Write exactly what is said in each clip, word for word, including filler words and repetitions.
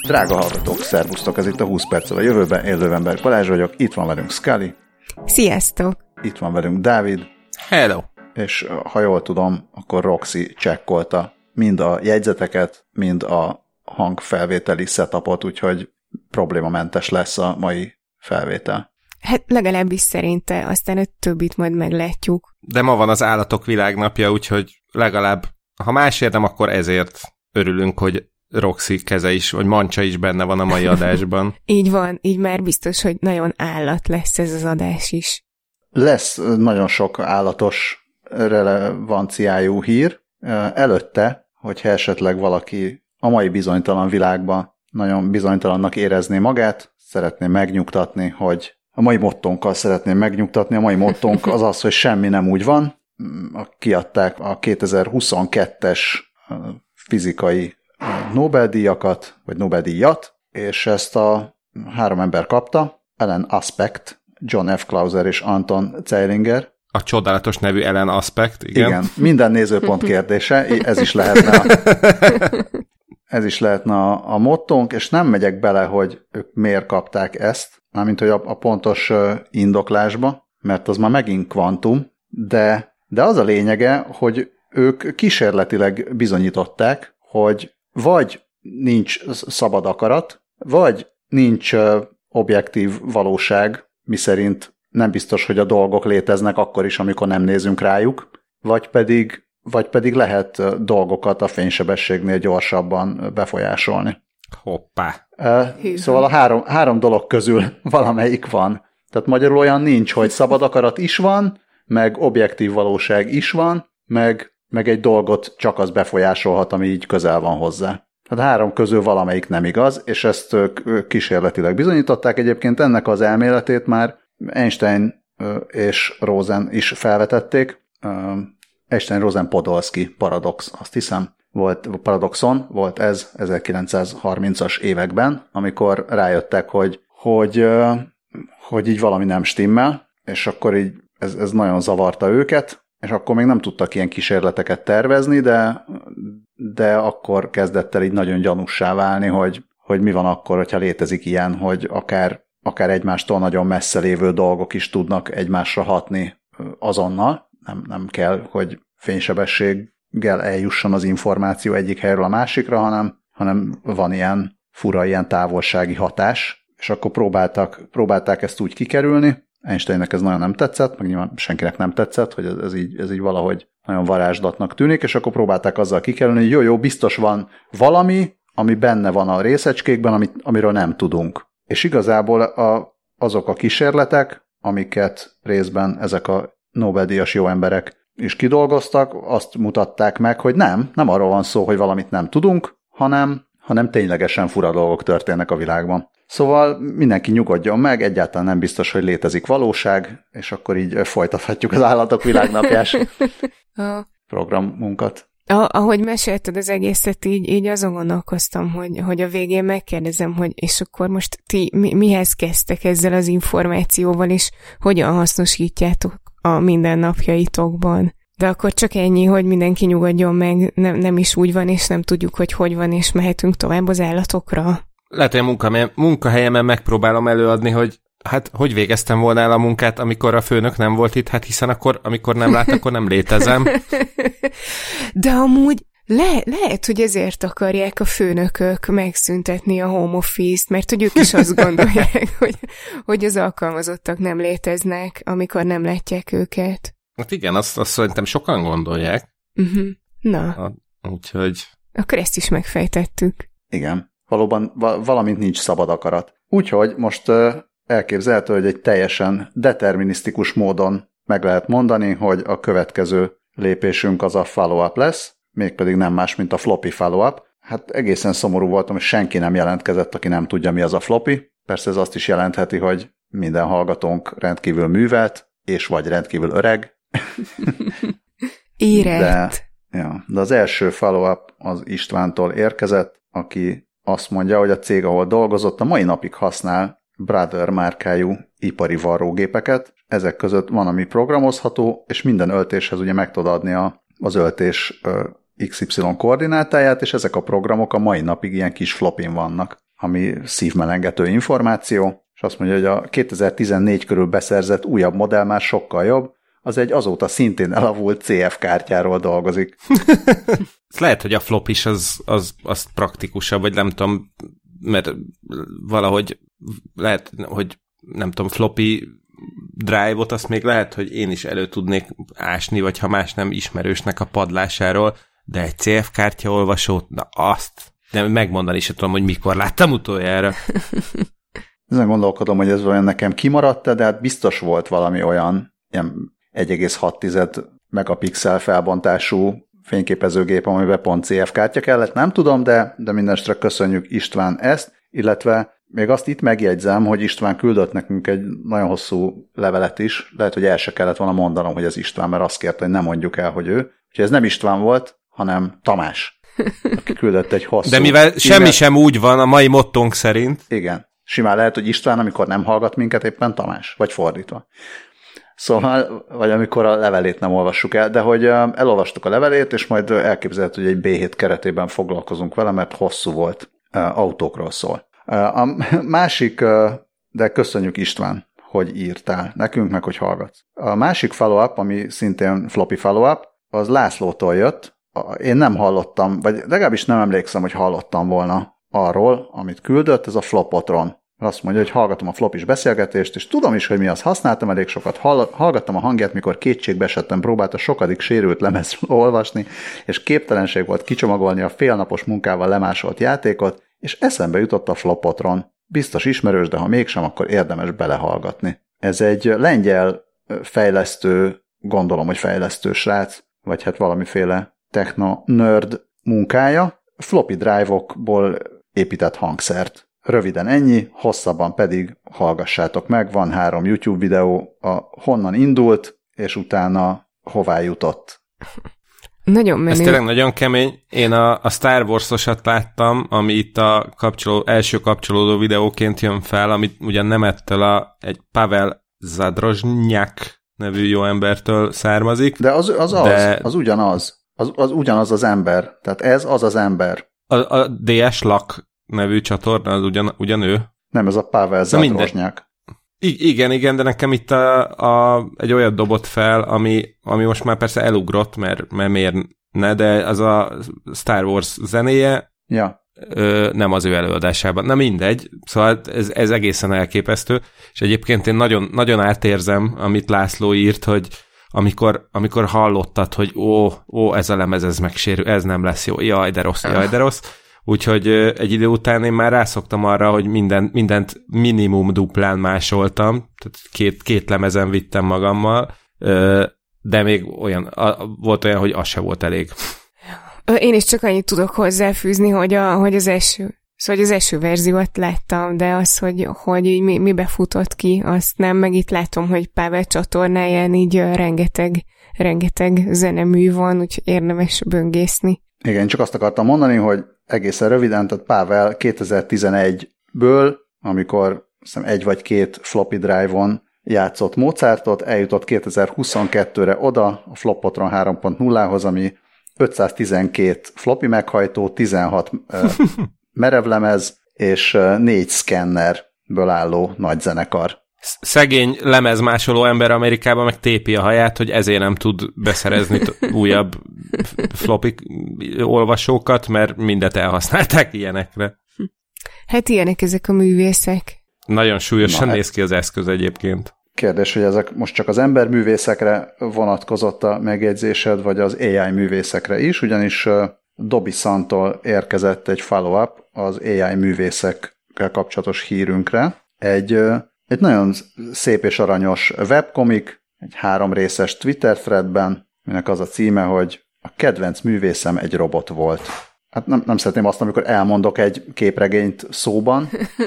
Drága hallgatók, szervusztok, ez itt a húsz perccel a jövőben, élőember Balázs vagyok, itt van velünk Scully. Sziasztok! Itt van velünk Dávid. Hello! És ha jól tudom, akkor Roxy csekkolta mind a jegyzeteket, mind a hangfelvételi setupot, úgyhogy problémamentes lesz a mai felvétel. Hát legalábbis szerinte, aztán a többit majd meglátjuk. De ma van az állatok világnapja, úgyhogy legalább, ha másért nem, akkor ezért örülünk, hogy Roxy keze is, vagy mancsa is benne van a mai adásban. Így van, így már biztos, hogy nagyon állat lesz ez az adás is. Lesz nagyon sok állatos relevanciájú hír. Előtte, hogyha esetleg valaki a mai bizonytalan világban nagyon bizonytalannak érezné magát, szeretném megnyugtatni, hogy a mai mottónkkal szeretném megnyugtatni. A mai mottónk az az, hogy semmi nem úgy van. Kiadták a kétezer-huszonkettes fizikai Nobel-díjakat, vagy Nobel-díjat, és ezt a három ember kapta, Alan Aspect, John F. Clauser és Anton Zeilinger. A csodálatos nevű Alan Aspect, igen. Igen, minden nézőpont kérdése, ez is lehetne a, ez is lehetne a, a mottónk, és nem megyek bele, hogy ők miért kapták ezt, mármint hogy a, a pontos indoklásba, mert az már megint kvantum, de, de az a lényege, hogy ők kísérletileg bizonyították, hogy vagy nincs szabad akarat, vagy nincs objektív valóság, miszerint nem biztos, hogy a dolgok léteznek akkor is, amikor nem nézünk rájuk, vagy pedig, vagy pedig lehet dolgokat a fénysebességnél gyorsabban befolyásolni. Hoppá! Szóval a három, három dolog közül valamelyik van. Tehát magyarul olyan nincs, hogy szabad akarat is van, meg objektív valóság is van, meg meg egy dolgot csak az befolyásolhat, ami így közel van hozzá. Tehát három közül valamelyik nem igaz, és ezt ők kísérletileg bizonyították. Egyébként ennek az elméletét már Einstein és Rosen is felvetették. Einstein-Rosen-Podolsky paradox, azt hiszem, volt, paradoxon volt ez ezerkilencszázharmincas években, amikor rájöttek, hogy, hogy, hogy így valami nem stimmel, és akkor így ez, ez nagyon zavarta őket, és akkor még nem tudtak ilyen kísérleteket tervezni, de, de akkor kezdett el így nagyon gyanússá válni, hogy, hogy mi van akkor, hogyha létezik ilyen, hogy akár, akár egymástól nagyon messze lévő dolgok is tudnak egymásra hatni azonnal. Nem, nem kell, hogy fénysebességgel eljusson az információ egyik helyről a másikra, hanem, hanem van ilyen fura, ilyen távolsági hatás, és akkor próbáltak, próbálták ezt úgy kikerülni. Einsteinnek ez nagyon nem tetszett, meg nyilván senkinek nem tetszett, hogy ez, ez, így, ez így valahogy nagyon varázslatnak tűnik, és akkor próbálták azzal kikerülni, hogy jó, jó, biztos van valami, ami benne van a részecskékben, amit, amiről nem tudunk. És igazából a, azok a kísérletek, amiket részben ezek a Nobel-díjas jó emberek is kidolgoztak, azt mutatták meg, hogy nem, nem arról van szó, hogy valamit nem tudunk, hanem, hanem ténylegesen fura dolgok történnek a világban. Szóval mindenki nyugodjon meg, egyáltalán nem biztos, hogy létezik valóság, és akkor így folytathatjuk az állatok világnapjás programunkat. Ahogy mesélted az egészet, így, így azon gondolkoztam, hogy, hogy a végén megkérdezem, hogy és akkor most ti mi, mihez kezdtek ezzel az információval, és hogyan hasznosítjátok a mindennapjaitokban. De akkor csak ennyi, hogy mindenki nyugodjon meg, nem, nem is úgy van, és nem tudjuk, hogy hogy van, és mehetünk tovább az állatokra. Lehet, hogy a munkahelyemen, munkahelyemen megpróbálom előadni, hogy hát hogy végeztem volna el a munkát, amikor a főnök nem volt itt, hát hiszen akkor, amikor nem lát, akkor nem létezem. De amúgy le, lehet, hogy ezért akarják a főnökök megszüntetni a home office-t, mert hogy ők is azt gondolják, hogy, hogy az alkalmazottak nem léteznek, amikor nem látják őket. Hát igen, azt, azt szerintem sokan gondolják. Uh-huh. Na. A, úgyhogy... Akkor ezt is megfejtettük. Igen. Valóban valamint nincs szabad akarat. Úgyhogy most elképzelhető, hogy egy teljesen determinisztikus módon meg lehet mondani, hogy a következő lépésünk az a follow-up lesz, mégpedig nem más, mint a floppy follow-up. Hát egészen szomorú voltam, hogy senki nem jelentkezett, aki nem tudja, mi az a floppy. Persze ez azt is jelentheti, hogy minden hallgatónk rendkívül művelt, és vagy rendkívül öreg. Érett. De, ja, de az első follow-up az Istvántól érkezett, aki azt mondja, hogy a cég, ahol dolgozott, a mai napig használ Brother márkájú ipari varrógépeket. Ezek között van, ami programozható, és minden öltéshez ugye meg tud adni a, az öltés iksz ipszilon koordinátáját, és ezek a programok a mai napig ilyen kis flopin vannak. ami szívmelengető információ, és azt mondja, hogy a kétezer-tizennégy körül beszerzett újabb modell már sokkal jobb, az egy azóta szintén elavult cé ef kártyáról dolgozik. Lehet, hogy a flop is az, az, az praktikusabb, vagy nem tudom, mert valahogy lehet, hogy nem tudom, floppy drive-ot, azt még lehet, hogy én is elő tudnék ásni, vagy ha más nem ismerősnek a padlásáról, de egy cé ef kártyaolvasót, na azt, de megmondani is tudom, hogy mikor láttam utoljára. Ezen gondolkodom, hogy ez olyan nekem kimaradt, de hát biztos volt valami olyan ilyen egy egész hat megapixel felbontású fényképezőgép, amiben pont cé ef kártya kellett, nem tudom, de, de mindenesetre köszönjük István ezt, illetve még azt itt megjegyzem, hogy István küldött nekünk egy nagyon hosszú levelet is, lehet, hogy el se kellett volna mondanom, hogy ez István, mert azt kérte, hogy nem mondjuk el, hogy ő. Úgyhogy ez nem István volt, hanem Tamás, aki küldött egy hosszú... De mivel semmi email... sem úgy van a mai mottónk szerint. Igen. Simán lehet, hogy István, amikor nem hallgat minket, éppen Tamás, vagy fordítva. Szóval, vagy amikor a levelét nem olvassuk el, de hogy elolvastuk a levelét, és majd elképzelhető, hogy egy bé hét keretében foglalkozunk vele, mert hosszú volt, autókról szól. A másik, de köszönjük István, hogy írtál nekünk, meg hogy hallgatsz. A másik follow-up, ami szintén floppy follow-up, az Lászlótól jött. Én nem hallottam, vagy legalábbis nem emlékszem, hogy hallottam volna arról, amit küldött, ez a Flopotron. Azt mondja, hogy hallgatom a flopis beszélgetést, és tudom is, hogy mi az, használtam elég sokat, hallgattam a hangját, mikor kétségbe esettem, próbálta sokadik sérült lemezről olvasni, és képtelenség volt kicsomagolni a félnapos munkával lemásolt játékot, és eszembe jutott a Flopotron. Biztos ismerős, de ha mégsem, akkor érdemes belehallgatni. Ez egy lengyel fejlesztő, gondolom, hogy fejlesztő srác, vagy hát valamiféle techno-nerd munkája, floppy drive-okból épített hangszert. Röviden ennyi, hosszabban pedig hallgassátok meg, van három YouTube videó, a honnan indult, és utána hová jutott. Nagyon menő. Ez tényleg nagyon kemény. Én a, a Star Wars-osat láttam, ami itt a kapcsoló, első kapcsolódó videóként jön fel, amit ugyan nem ettől a, egy Pavel Zadrozsnyak nevű jó embertől származik. De az az, de... az, az ugyanaz. Az, az ugyanaz az ember. Tehát ez az az ember. A, a dé es Lak nevű csatorna, az ugyan, ugyan ő? Nem, ez a Pavel Zadrozsnyak. I- igen, igen, de nekem itt a, a, egy olyat dobott fel, ami, ami most már persze elugrott, mert, mert miért ne, de az a Star Wars zenéje ja. ö, nem az ő előadásában. Na mindegy, szóval ez, ez egészen elképesztő, és egyébként én nagyon, nagyon átérzem, amit László írt, hogy amikor, amikor hallottad, hogy ó, ó, ez a lemez, ez megsérül, ez nem lesz jó, jaj, de rossz, jaj, de rossz. Úgyhogy egy idő után én már rászoktam arra, hogy minden, mindent minimum duplán másoltam, tehát két, két lemezen vittem magammal, de még olyan, volt olyan, hogy az se volt elég. Én is csak annyit tudok hozzáfűzni, hogy, a, hogy az első, szóval az első verziót láttam, de az, hogy, hogy így mi, mibe futott ki, azt nem, meg itt látom, hogy Pável csatornáján így rengeteg, rengeteg zenemű van, úgyhogy érdemes böngészni. Igen, csak azt akartam mondani, hogy egészen röviden, tehát Pável kétezer-tizenegyből, amikor hiszem, egy vagy két floppy drive-on játszott Mozartot, eljutott kétezer-huszonkettőre oda a Flopotron három pont nullához, ami ötszáztizenkét floppy meghajtó, tizenhat merevlemez és négy szkennerből álló nagy zenekar. Szegény lemezmásoló ember Amerikában meg tépi a haját, hogy ezért nem tud beszerezni újabb floppy olvasókat, mert mindet elhasználták ilyenekre. Hát ilyenek ezek a művészek. Nagyon súlyosan Na, néz ki az eszköz egyébként. Kérdés, hogy ezek most csak az emberművészekre vonatkozott a megjegyzésed, vagy az á i művészekre is, ugyanis Dobby-Santól érkezett egy follow-up az á i művészekkel kapcsolatos hírünkre. Egy Egy nagyon szép és aranyos webkomik, egy három részes Twitter threadben, aminek az a címe, hogy a kedvenc művészem egy robot volt. Hát nem, nem szeretném azt, amikor elmondok egy képregényt szóban,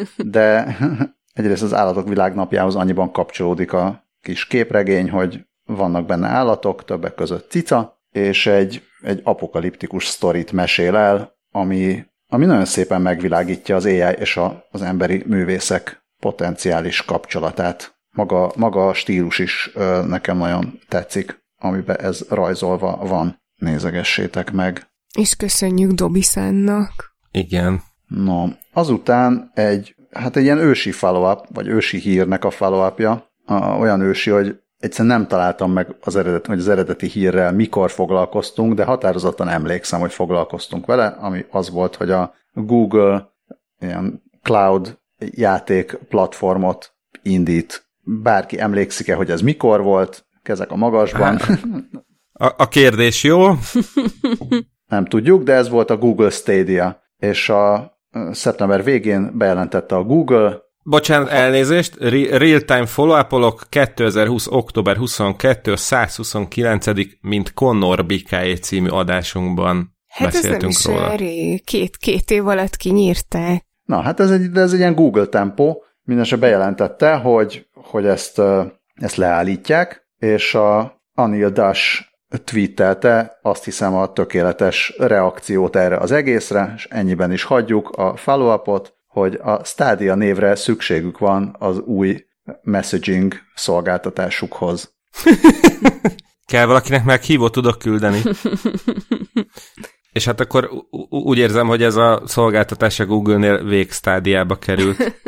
de egyrészt az Állatok Világnapjához annyiban kapcsolódik a kis képregény, hogy vannak benne állatok, többek között cica, és egy, egy apokaliptikus sztorit mesél el, ami, ami nagyon szépen megvilágítja az á i és a, az emberi művészek potenciális kapcsolatát. Maga, maga a stílus is ö, nekem nagyon tetszik, amiben ez rajzolva van. Nézegessétek meg. És köszönjük Dobby-sannak. Igen. No, azután egy, hát egy ilyen ősi follow-up, vagy ősi hírnek a follow-upja, olyan ősi, hogy egyszerűen nem találtam meg az eredeti, vagy az eredeti hírrel, mikor foglalkoztunk, de határozottan emlékszem, hogy foglalkoztunk vele, ami az volt, hogy a Google ilyen cloud játék platformot indít. Bárki emlékszik-e, hogy ez mikor volt? Kezek a magasban. A, a kérdés jó? Nem tudjuk, de ez volt a Google Stadia. És a szeptember végén bejelentette a Google. Bocsánat, elnézést, real-time follow-upolok kétezer-húsz. október huszonkettő. százhuszonkilencedik mint Connor Bikáé című adásunkban hát beszéltünk ez nem róla. is rég. Két, két év alatt kinyírták. Na, hát ez egy, ez egy ilyen Google tempó. Mindenesetre bejelentette, hogy, hogy ezt, ezt leállítják, és a Anil Dash tweetelte azt hiszem a tökéletes reakciót erre az egészre, és ennyiben is hagyjuk a follow-upot, hogy a Stadia névre szükségük van az új messaging szolgáltatásukhoz. Kell valakinek meghívót tudok küldeni. És hát akkor úgy érzem, hogy ez a szolgáltatás a Google-nél végstádiába került.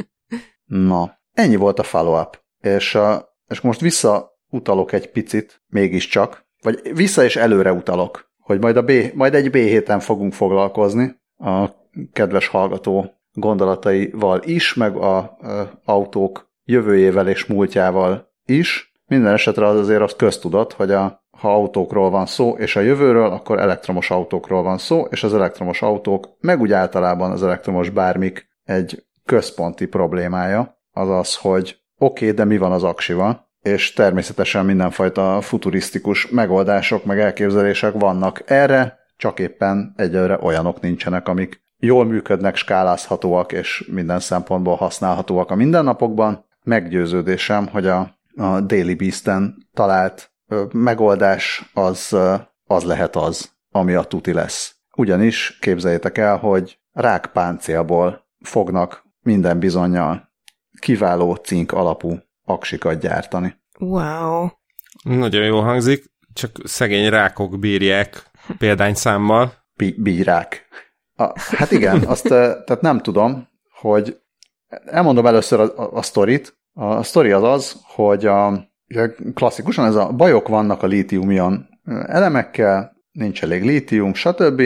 Na, ennyi volt a follow-up. És, a, és most visszautalok egy picit, mégiscsak, vagy vissza és előre utalok, hogy majd, a B, majd egy B héten fogunk foglalkozni a kedves hallgató gondolataival is, meg a, a autók jövőjével és múltjával is. Minden esetre az azért az köztudott, hogy a, ha autókról van szó, és a jövőről, akkor elektromos autókról van szó, és az elektromos autók, meg úgy általában az elektromos bármik egy központi problémája, az az, hogy oké, okay, de mi van az aksival, és természetesen mindenfajta futurisztikus megoldások, meg elképzelések vannak erre, csak éppen egyelőre olyanok nincsenek, amik jól működnek, skálázhatóak, és minden szempontból használhatóak a mindennapokban. Meggyőződésem, hogy a, a Daily Beast-en talált ö, megoldás az, ö, az lehet az, ami a tuti lesz. Ugyanis képzeljétek el, hogy rákpáncélból fognak minden bizonnyal kiváló cink alapú aksikat gyártani. Wow. Nagyon jól hangzik, csak szegény rákok bírják példányszámmal. Bí- bírák. A, hát igen, azt tehát nem tudom, hogy elmondom először a, a, a sztorit. A sztori az az, hogy a, klasszikusan ez a bajok vannak a lítium-ion elemekkel, nincs elég lítium, stb.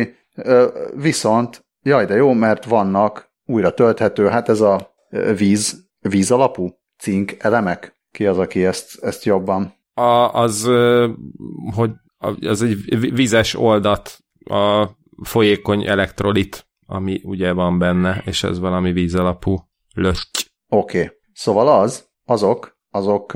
Viszont, jaj de jó, mert vannak újra tölthető, hát ez a víz, víz alapú cink elemek. Ki az, aki ezt, ezt jobban? A, az, hogy az egy vízes oldat, a folyékony elektrolit, ami ugye van benne, és ez valami víz alapú lötty. Oké. Okay. Szóval az, azok, azok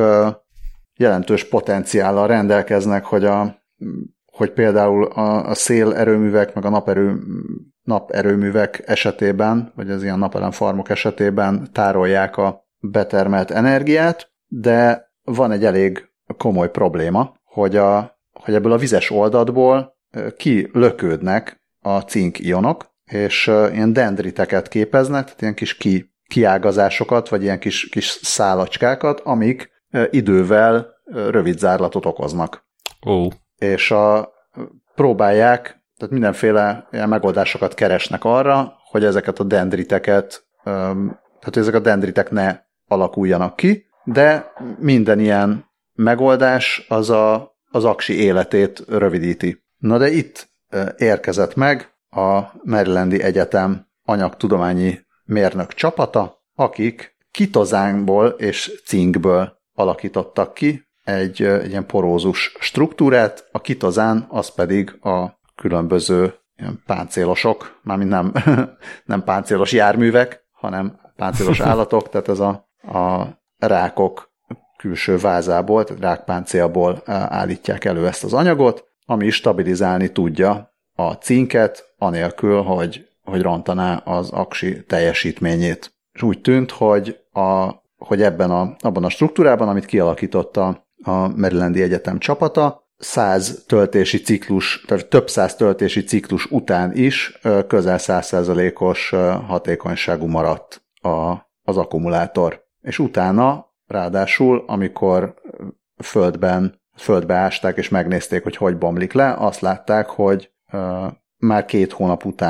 jelentős potenciállal rendelkeznek, hogy, a, hogy például a, a szélerőművek, meg a naperő, naperőművek esetében, vagy az ilyen napelemfarmok esetében tárolják a betermelt energiát, de van egy elég komoly probléma, hogy, a, hogy ebből a vizes oldatból kilökődnek a cink-ionok, és ilyen dendriteket képeznek, tehát ilyen kis ki, kiágazásokat, vagy ilyen kis, kis szálacskákat, amik idővel rövid zárlatot okoznak. Ó. És a, próbálják, tehát mindenféle ilyen megoldásokat keresnek arra, hogy ezeket a dendriteket, tehát ezek a dendritek ne alakuljanak ki, de minden ilyen megoldás az a, az aksi életét rövidíti. Na de itt érkezett meg a Marylandi Egyetem anyagtudományi mérnök csapata, akik kitozánból és cinkből alakítottak ki egy, egy ilyen porózus struktúrát, a kitozán az pedig a különböző ilyen páncélosok, mármint nem, nem páncélos járművek, hanem páncélos állatok, tehát ez a, a rákok külső vázából, tehát rákpáncélból állítják elő ezt az anyagot, ami stabilizálni tudja a cinket, anélkül, hogy, hogy rontaná az aksi teljesítményét. És úgy tűnt, hogy, a, hogy ebben a, abban a struktúrában, amit kialakította a Marylandi Egyetem csapata, száz töltési ciklus, tehát több száz töltési ciklus után is közel száz százalékos hatékonyságú maradt a, az akkumulátor. És utána, ráadásul, amikor földben, földbe ásták és megnézték, hogy hogy bomlik le, azt látták, hogy uh, már két hónap után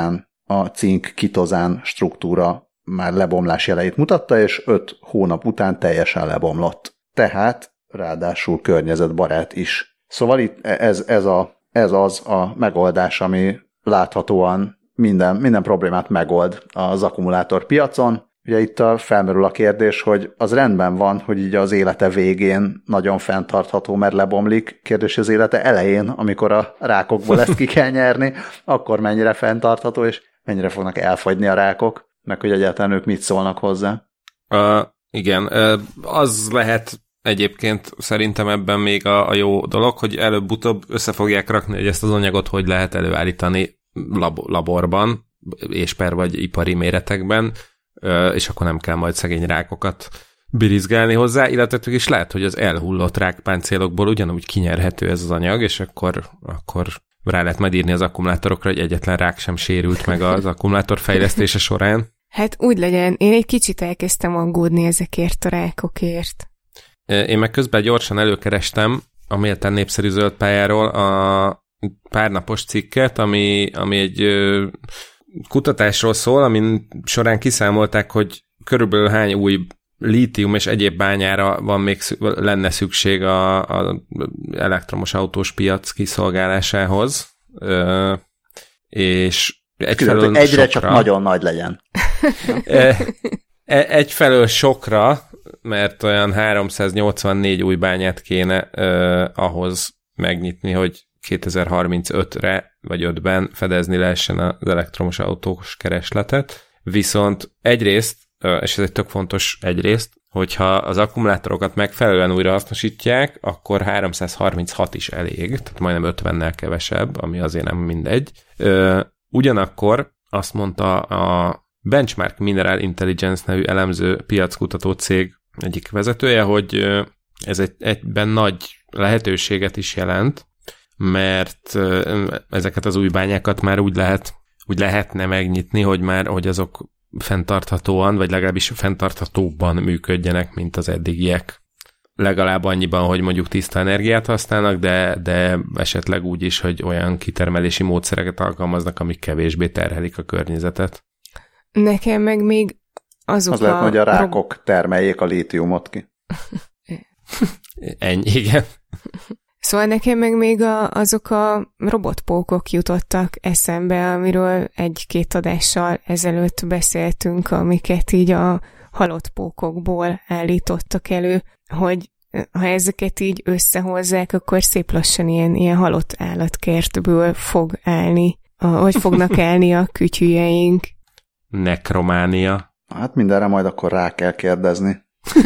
a cink kitozán struktúra már lebomlás jeleit mutatta, és öt hónap után teljesen lebomlott. Tehát ráadásul környezetbarát is. Szóval itt ez, ez, a, ez az a megoldás, ami láthatóan minden, minden problémát megold az akkumulátorpiacon. Ugye itt a, felmerül a kérdés, hogy az rendben van, hogy így az élete végén nagyon fenntartható, mert lebomlik. Kérdés, az élete elején, amikor a rákokból ezt ki kell nyerni, akkor mennyire fenntartható, és mennyire fognak elfogyni a rákok, meg hogy egyáltalán ők mit szólnak hozzá. Uh, igen, uh, az lehet egyébként szerintem ebben még a, a jó dolog, hogy előbb-utóbb össze fogják rakni, hogy ezt az anyagot hogy lehet előállítani lab- laborban, és per vagy ipari méretekben, és akkor nem kell majd szegény rákokat birizgálni hozzá, illetve is lehet, hogy az elhullott rákpáncélokból ugyanúgy kinyerhető ez az anyag, és akkor, akkor rá lehet majd írni az akkumulátorokra, hogy egyetlen rák sem sérült meg az akkumulátor fejlesztése során. Hát úgy legyen, én egy kicsit elkezdtem aggódni ezekért a rákokért. Én meg közben gyorsan előkerestem a méltán népszerű zöld pályáról a párnapos cikket, ami, ami egy kutatásról szól, amin során kiszámolták, hogy körülbelül hány új lítium és egyéb bányára van még lenne szükség a, a elektromos autós piac kiszolgálásához, Ö, és egyfelől egyre sokra, csak nagyon nagy legyen. Egyfelől sokra, mert olyan háromszáznyolcvannégy új bányát kéne ö, ahhoz megnyitni, hogy kétezer-harmincötre vagy ötben fedezni lehessen az elektromos autós keresletet. Viszont egyrészt, és ez egy tök fontos egyrészt, hogyha az akkumulátorokat megfelelően újrahasznosítják, akkor háromszázharminchat is elég, tehát majdnem ötvennel kevesebb, ami azért nem mindegy. Ugyanakkor azt mondta a Benchmark Mineral Intelligence nevű elemző piackutató cég egyik vezetője, hogy ez egy, egyben nagy lehetőséget is jelent, mert ezeket az új bányákat már úgy lehet, úgy lehetne megnyitni, hogy már, hogy azok fenntarthatóan, vagy legalábbis fenntarthatóbban működjenek, mint az eddigiek. Legalább annyiban, hogy mondjuk tiszta energiát használnak, de, de esetleg úgy is, hogy olyan kitermelési módszereket alkalmaznak, amik kevésbé terhelik a környezetet. Nekem meg még azok az a... lehet, hogy a rákok termeljék a lítiumot ki. Ennyi, igen. Szóval nekem meg még a, azok a robotpókok jutottak eszembe, amiről egy-két adással ezelőtt beszéltünk, amiket így a halott pókokból állítottak elő, hogy ha ezeket így összehozzák, akkor szép lassan ilyen, ilyen halott állatkertből fog állni, a, hogy fognak állni a kütyüjeink. Nekrománia. Hát mindenre majd akkor rá kell kérdezni.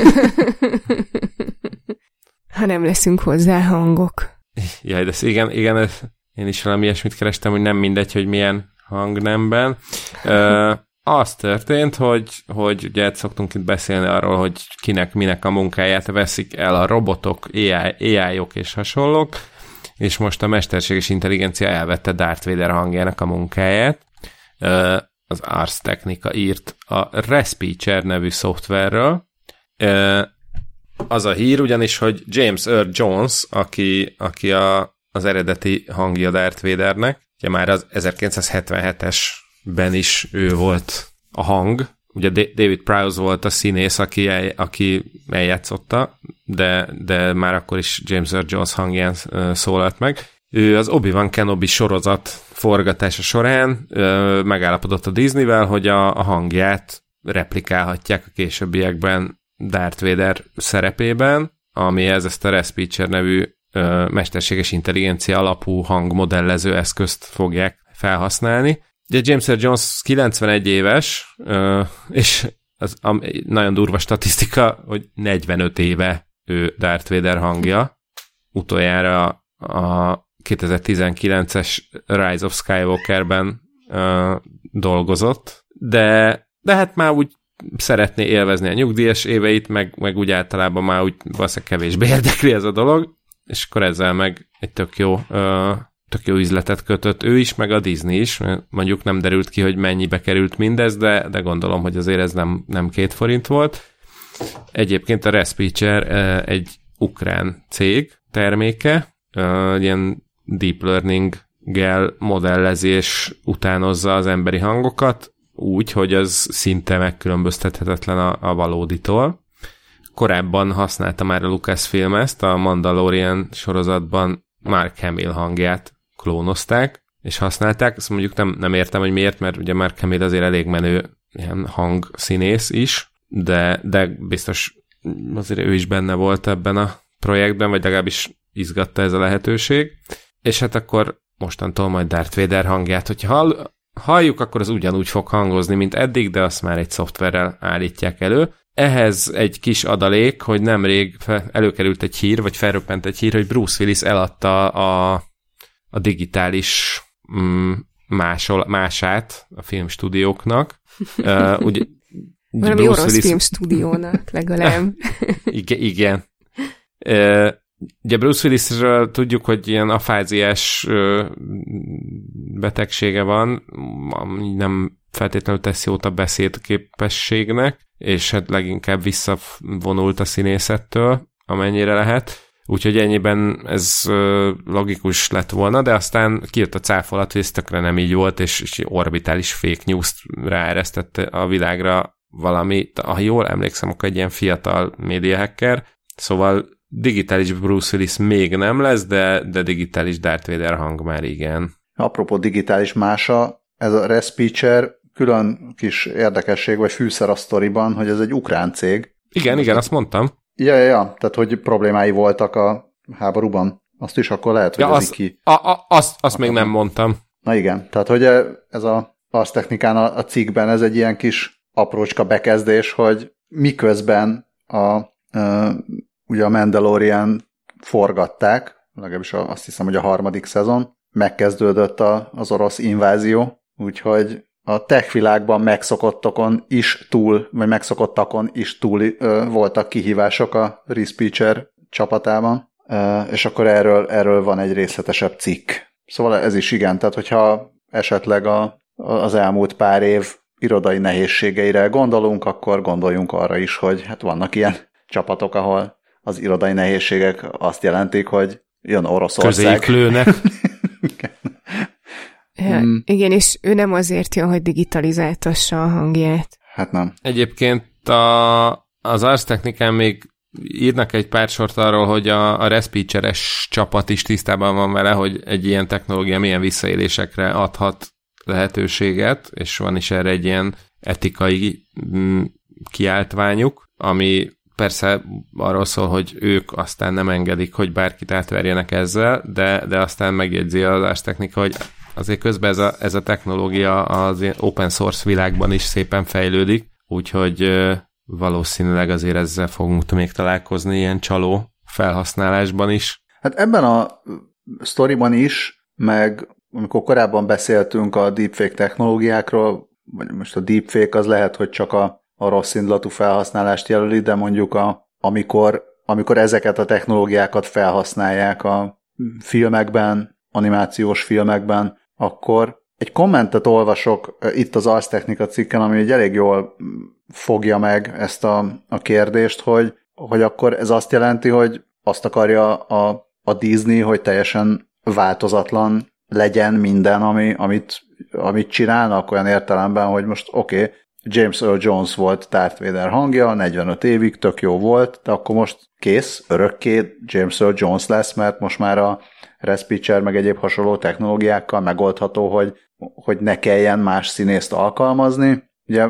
Ha nem leszünk hozzá hangok. Jaj, de igen, igen, ez, én is valami ilyesmit kerestem, hogy nem mindegy, hogy milyen hangnemben. Ö, az történt, hogy, hogy ugye szoktunk itt beszélni arról, hogy kinek, minek a munkáját veszik el a robotok, á i-ok és hasonlók, és most a mesterséges intelligencia elvette Darth Vader hangjának a munkáját. Ö, az Ars Technica írt a Respicer nevű szoftverről. Ö, Az a hír ugyanis, hogy James Earl Jones, aki, aki a, az eredeti hangja Darth Vadernek, ugye már az ezerkilencszázhetvenhetesben is ő volt a hang, ugye David Prowse volt a színész, aki, el, aki eljátszotta, de, de már akkor is James Earl Jones hangján szólalt meg. Ő az Obi-Wan Kenobi sorozat forgatása során ö, megállapodott a Disneyvel, hogy a, a hangját replikálhatják a későbbiekben Darth Vader szerepében, amihez ezt a Respicer nevű ö, mesterséges intelligencia alapú hangmodellező eszközt fogják felhasználni. Ugye James Earl Jones kilencvenegy éves, ö, és az a, nagyon durva statisztika, hogy negyvenöt éve ő Darth Vader hangja. Utoljára a kétezer-tizenkilences Rise of Skywalkerben ö, dolgozott, de, de hát már úgy szeretné élvezni a nyugdíjas éveit, meg, meg úgy általában már úgy valószínűleg kevésbé érdekli ez a dolog, és akkor ezzel meg egy tök jó, ö, tök jó üzletet kötött ő is, meg a Disney is, mondjuk nem derült ki, hogy mennyibe került mindez, de, de gondolom, hogy azért ez nem, nem két forint volt. Egyébként a Respicer egy ukrán cég terméke, ilyen deep learning gel modellezés utánozza az emberi hangokat, úgy, hogy az szinte megkülönböztethetetlen a, a valóditól. Korábban használta már a Lucasfilm ezt, a Mandalorian sorozatban Mark Hamill hangját klónozták, és használták. Ezt mondjuk nem, nem értem, hogy miért, mert ugye Mark Hamill azért elég menő ilyen hangszínész is, de, de biztos azért ő is benne volt ebben a projektben, vagy legalábbis izgatta ez a lehetőség. És hát akkor mostantól majd Darth Vader hangját, hogyha hall, halljuk, akkor az ugyanúgy fog hangozni, mint eddig, de azt már egy szoftverrel állítják elő. Ehhez egy kis adalék, hogy nemrég előkerült egy hír, vagy felröppent egy hír, hogy Bruce Willis eladta a, a digitális mm, másol, mását a filmstúdióknak. Uh, ugye, Valami orosz Willis... filmstúdiónak legalább. igen. igen. Uh, ugye Bruce Willisről tudjuk, hogy ilyen afáziás uh, betegsége van, nem feltétlenül tesz jót a beszédképességnek, és hát leginkább visszavonult a színészettől, amennyire lehet. Úgyhogy ennyiben ez logikus lett volna, de aztán kijött a cáfolat, hogy ez tökre nem így volt, és, és orbitális fake news-t ráeresztette a világra valami, ha jól emlékszem, akkor egy ilyen fiatal médiahacker. Szóval digitális Bruce Willis még nem lesz, de, de digitális Darth Vader hang már igen. Apropó digitális mása, ez a Respeecher külön kis érdekesség, vagy fűszer a sztoriban, hogy ez egy ukrán cég. Igen, igen, azt mondtam. Ja, ja, ja, tehát hogy problémái voltak a háborúban. Azt is akkor lehet, hogy ja, ez az, ki... A, a, azt azt még nem mondtam. Na igen, tehát hogy ez a Ars Technicán a, a cikkben ez egy ilyen kis aprócska bekezdés, hogy miközben a, a, ugye a Mandalorian forgatták, legalábbis azt hiszem, hogy a harmadik szezon, megkezdődött a, az orosz invázió, úgyhogy a tech világban megszokottokon is túl, vagy megszokottakon is túl ö, voltak kihívások a Respeecher csapatában, ö, és akkor erről, erről van egy részletesebb cikk. Szóval ez is igen, tehát hogyha esetleg a, az elmúlt pár év irodai nehézségeire gondolunk, akkor gondoljunk arra is, hogy hát vannak ilyen csapatok, ahol az irodai nehézségek azt jelentik, hogy jön Oroszország. Közéjük lőnek. Ja, mm. Igen, és ő nem azért jön, hogy digitalizáltassa a hangját. Hát nem. Egyébként a, az Ars Technicán még írnak egy pár sort arról, hogy a, a Respeecher-es csapat is tisztában van vele, hogy egy ilyen technológia milyen visszaélésekre adhat lehetőséget, és van is erre egy ilyen etikai mm, kiáltványuk, ami persze arról szól, hogy ők aztán nem engedik, hogy bárkit átverjenek ezzel, de, de aztán megjegyzi az Ars Technica, hogy azért közben ez a, ez a technológia az open source világban is szépen fejlődik, úgyhogy valószínűleg azért ezzel fogunk még találkozni ilyen csaló felhasználásban is. Hát ebben a sztoriban is, meg amikor korábban beszéltünk a deepfake technológiákról, vagy most a deepfake az lehet, hogy csak a, a rossz indulatú felhasználást jelöli, de mondjuk a, amikor, amikor ezeket a technológiákat felhasználják a filmekben, animációs filmekben, akkor egy kommentet olvasok itt az Ars Technica cikken, ami egy elég jól fogja meg ezt a, a kérdést, hogy, hogy akkor ez azt jelenti, hogy azt akarja a, a Disney, hogy teljesen változatlan legyen minden, ami, amit, amit csinálnak, olyan értelemben, hogy most oké, okay, James Earl Jones volt Darth Vader hangja, negyvenöt évig, tök jó volt, de akkor most kész, örökké James Earl Jones lesz, mert most már a Respeecher meg egyéb hasonló technológiákkal megoldható, hogy, hogy ne kelljen más színészt alkalmazni. Ugye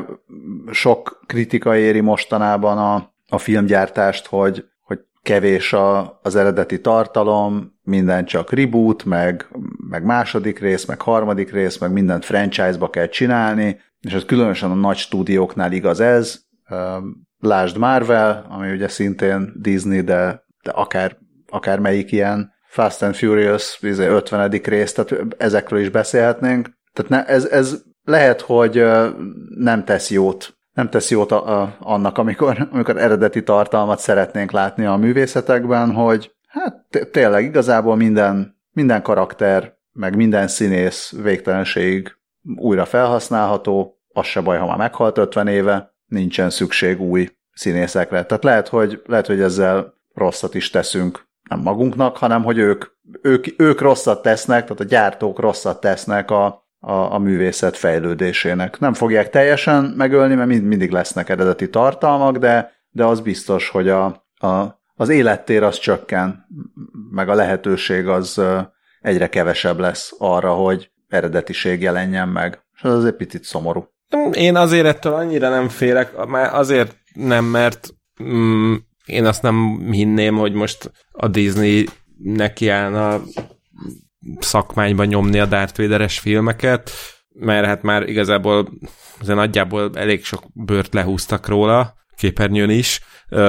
sok kritika éri mostanában a, a filmgyártást, hogy, hogy kevés a, az eredeti tartalom, minden csak reboot, meg, meg második rész, meg harmadik rész, meg mindent franchise-ba kell csinálni, és ez különösen a nagy stúdióknál igaz ez. Lásd Marvel, ami ugye szintén Disney, de, de akár, akár melyik ilyen Fast and Furious ötvenedik rész, tehát ezekről is beszélhetnénk. Tehát ne, ez, ez lehet, hogy nem tesz jót, nem tesz jót a, a, annak, amikor, amikor eredeti tartalmat szeretnénk látni a művészetekben, hogy hát tényleg igazából minden, minden karakter, meg minden színész végtelenségig újra felhasználható, az se baj, ha már meghalt ötven éve, nincsen szükség új színészekre. Tehát lehet, hogy, lehet, hogy ezzel rosszat is teszünk nem magunknak, hanem hogy ők ők, ők rosszat tesznek, tehát a gyártók rosszat tesznek a, a, a művészet fejlődésének. Nem fogják teljesen megölni, mert mind, mindig lesznek eredeti tartalmak, de, de az biztos, hogy a, a, az élettér az csökken, meg a lehetőség az egyre kevesebb lesz arra, hogy eredetiség jelenjen meg. És az azért picit szomorú. Én azért ettől annyira nem félek, már azért nem, mert mm, én azt nem hinném, hogy most a Disney nekiállna szakmányba nyomni a Darth Vader-es filmeket, mert hát már igazából azért nagyjából elég sok bőrt lehúztak róla, képernyőn is,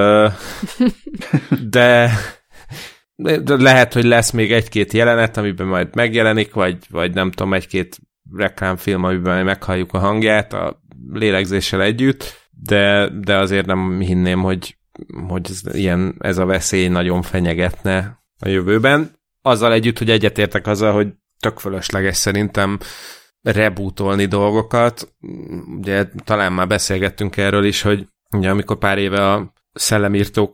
de, de lehet, hogy lesz még egy-két jelenet, amiben majd megjelenik, vagy, vagy nem tudom, egy-két reklámfilm, amiben meghalljuk a hangját a lélegzéssel együtt, de, de azért nem hinném, hogy, hogy ez, ilyen, ez a veszély nagyon fenyegetne a jövőben. Azzal együtt, hogy egyetértek azzal, hogy tök fölösleges szerintem rebootolni dolgokat. Ugye talán már beszélgettünk erről is, hogy ugye amikor pár éve a szellemírtók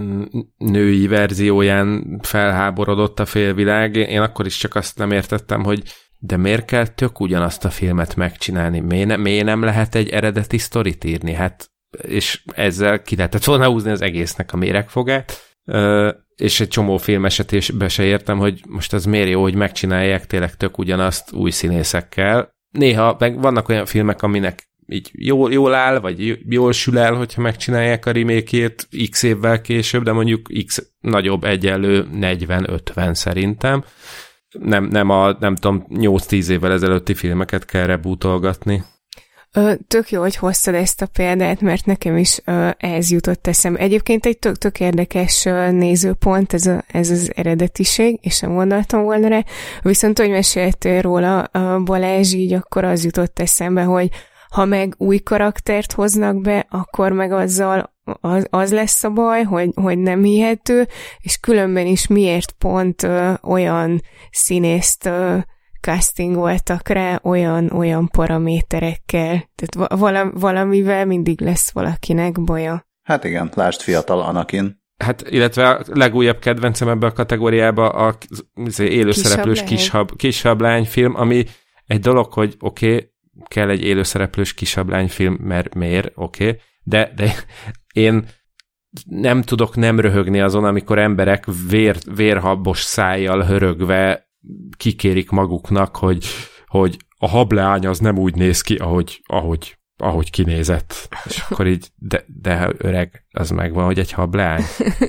női verzióján felháborodott a félvilág, én akkor is csak azt nem értettem, hogy de miért kell tök ugyanazt a filmet megcsinálni? Miért, ne, miért nem lehet egy eredeti sztorit írni? Hát, és ezzel ki lehetett volna húzni az egésznek a méregfogát, Ö, és egy csomó film esetében se értem, hogy most az miért jó, hogy megcsinálják tényleg tök ugyanazt új színészekkel. Néha meg vannak olyan filmek, aminek így jól, jól áll, vagy jól sül el, hogyha megcsinálják a remake-ét x évvel később, de mondjuk x nagyobb egyenlő negyven-ötven szerintem. Nem, nem a, nem tudom, nyolc-tíz évvel ezelőtti filmeket kell rebootolgatni. Ö, tök jó, hogy hoztad ezt a példát, mert nekem is ö, ez jutott eszembe. Egyébként egy tök, tök érdekes ö, nézőpont ez, a, ez az eredetiség, és nem gondoltam volna rá. Viszont, hogy meséltél róla ö, Balázs, így akkor az jutott eszembe, hogy ha meg új karaktert hoznak be, akkor meg azzal az, az lesz a baj, hogy, hogy nem hihető, és különben is miért pont ö, olyan színészt ö, castingoltak rá olyan, olyan paraméterekkel. Tehát vala, valamivel mindig lesz valakinek baja. Hát igen, lásd fiatal Anakin. Hát, illetve a legújabb kedvencem ebbe a kategóriába a élőszereplős kisab, kisablányfilm, ami egy dolog, hogy oké, okay, kell egy élőszereplős kisablányfilm, mert miért, oké, okay, de, de én nem tudok nem röhögni azon, amikor emberek vér, vérhabos szájjal hörögve kikérik maguknak, hogy, hogy a hableány az nem úgy néz ki, ahogy, ahogy, ahogy kinézett. És akkor így, de, de öreg, az megvan, hogy egy hableány.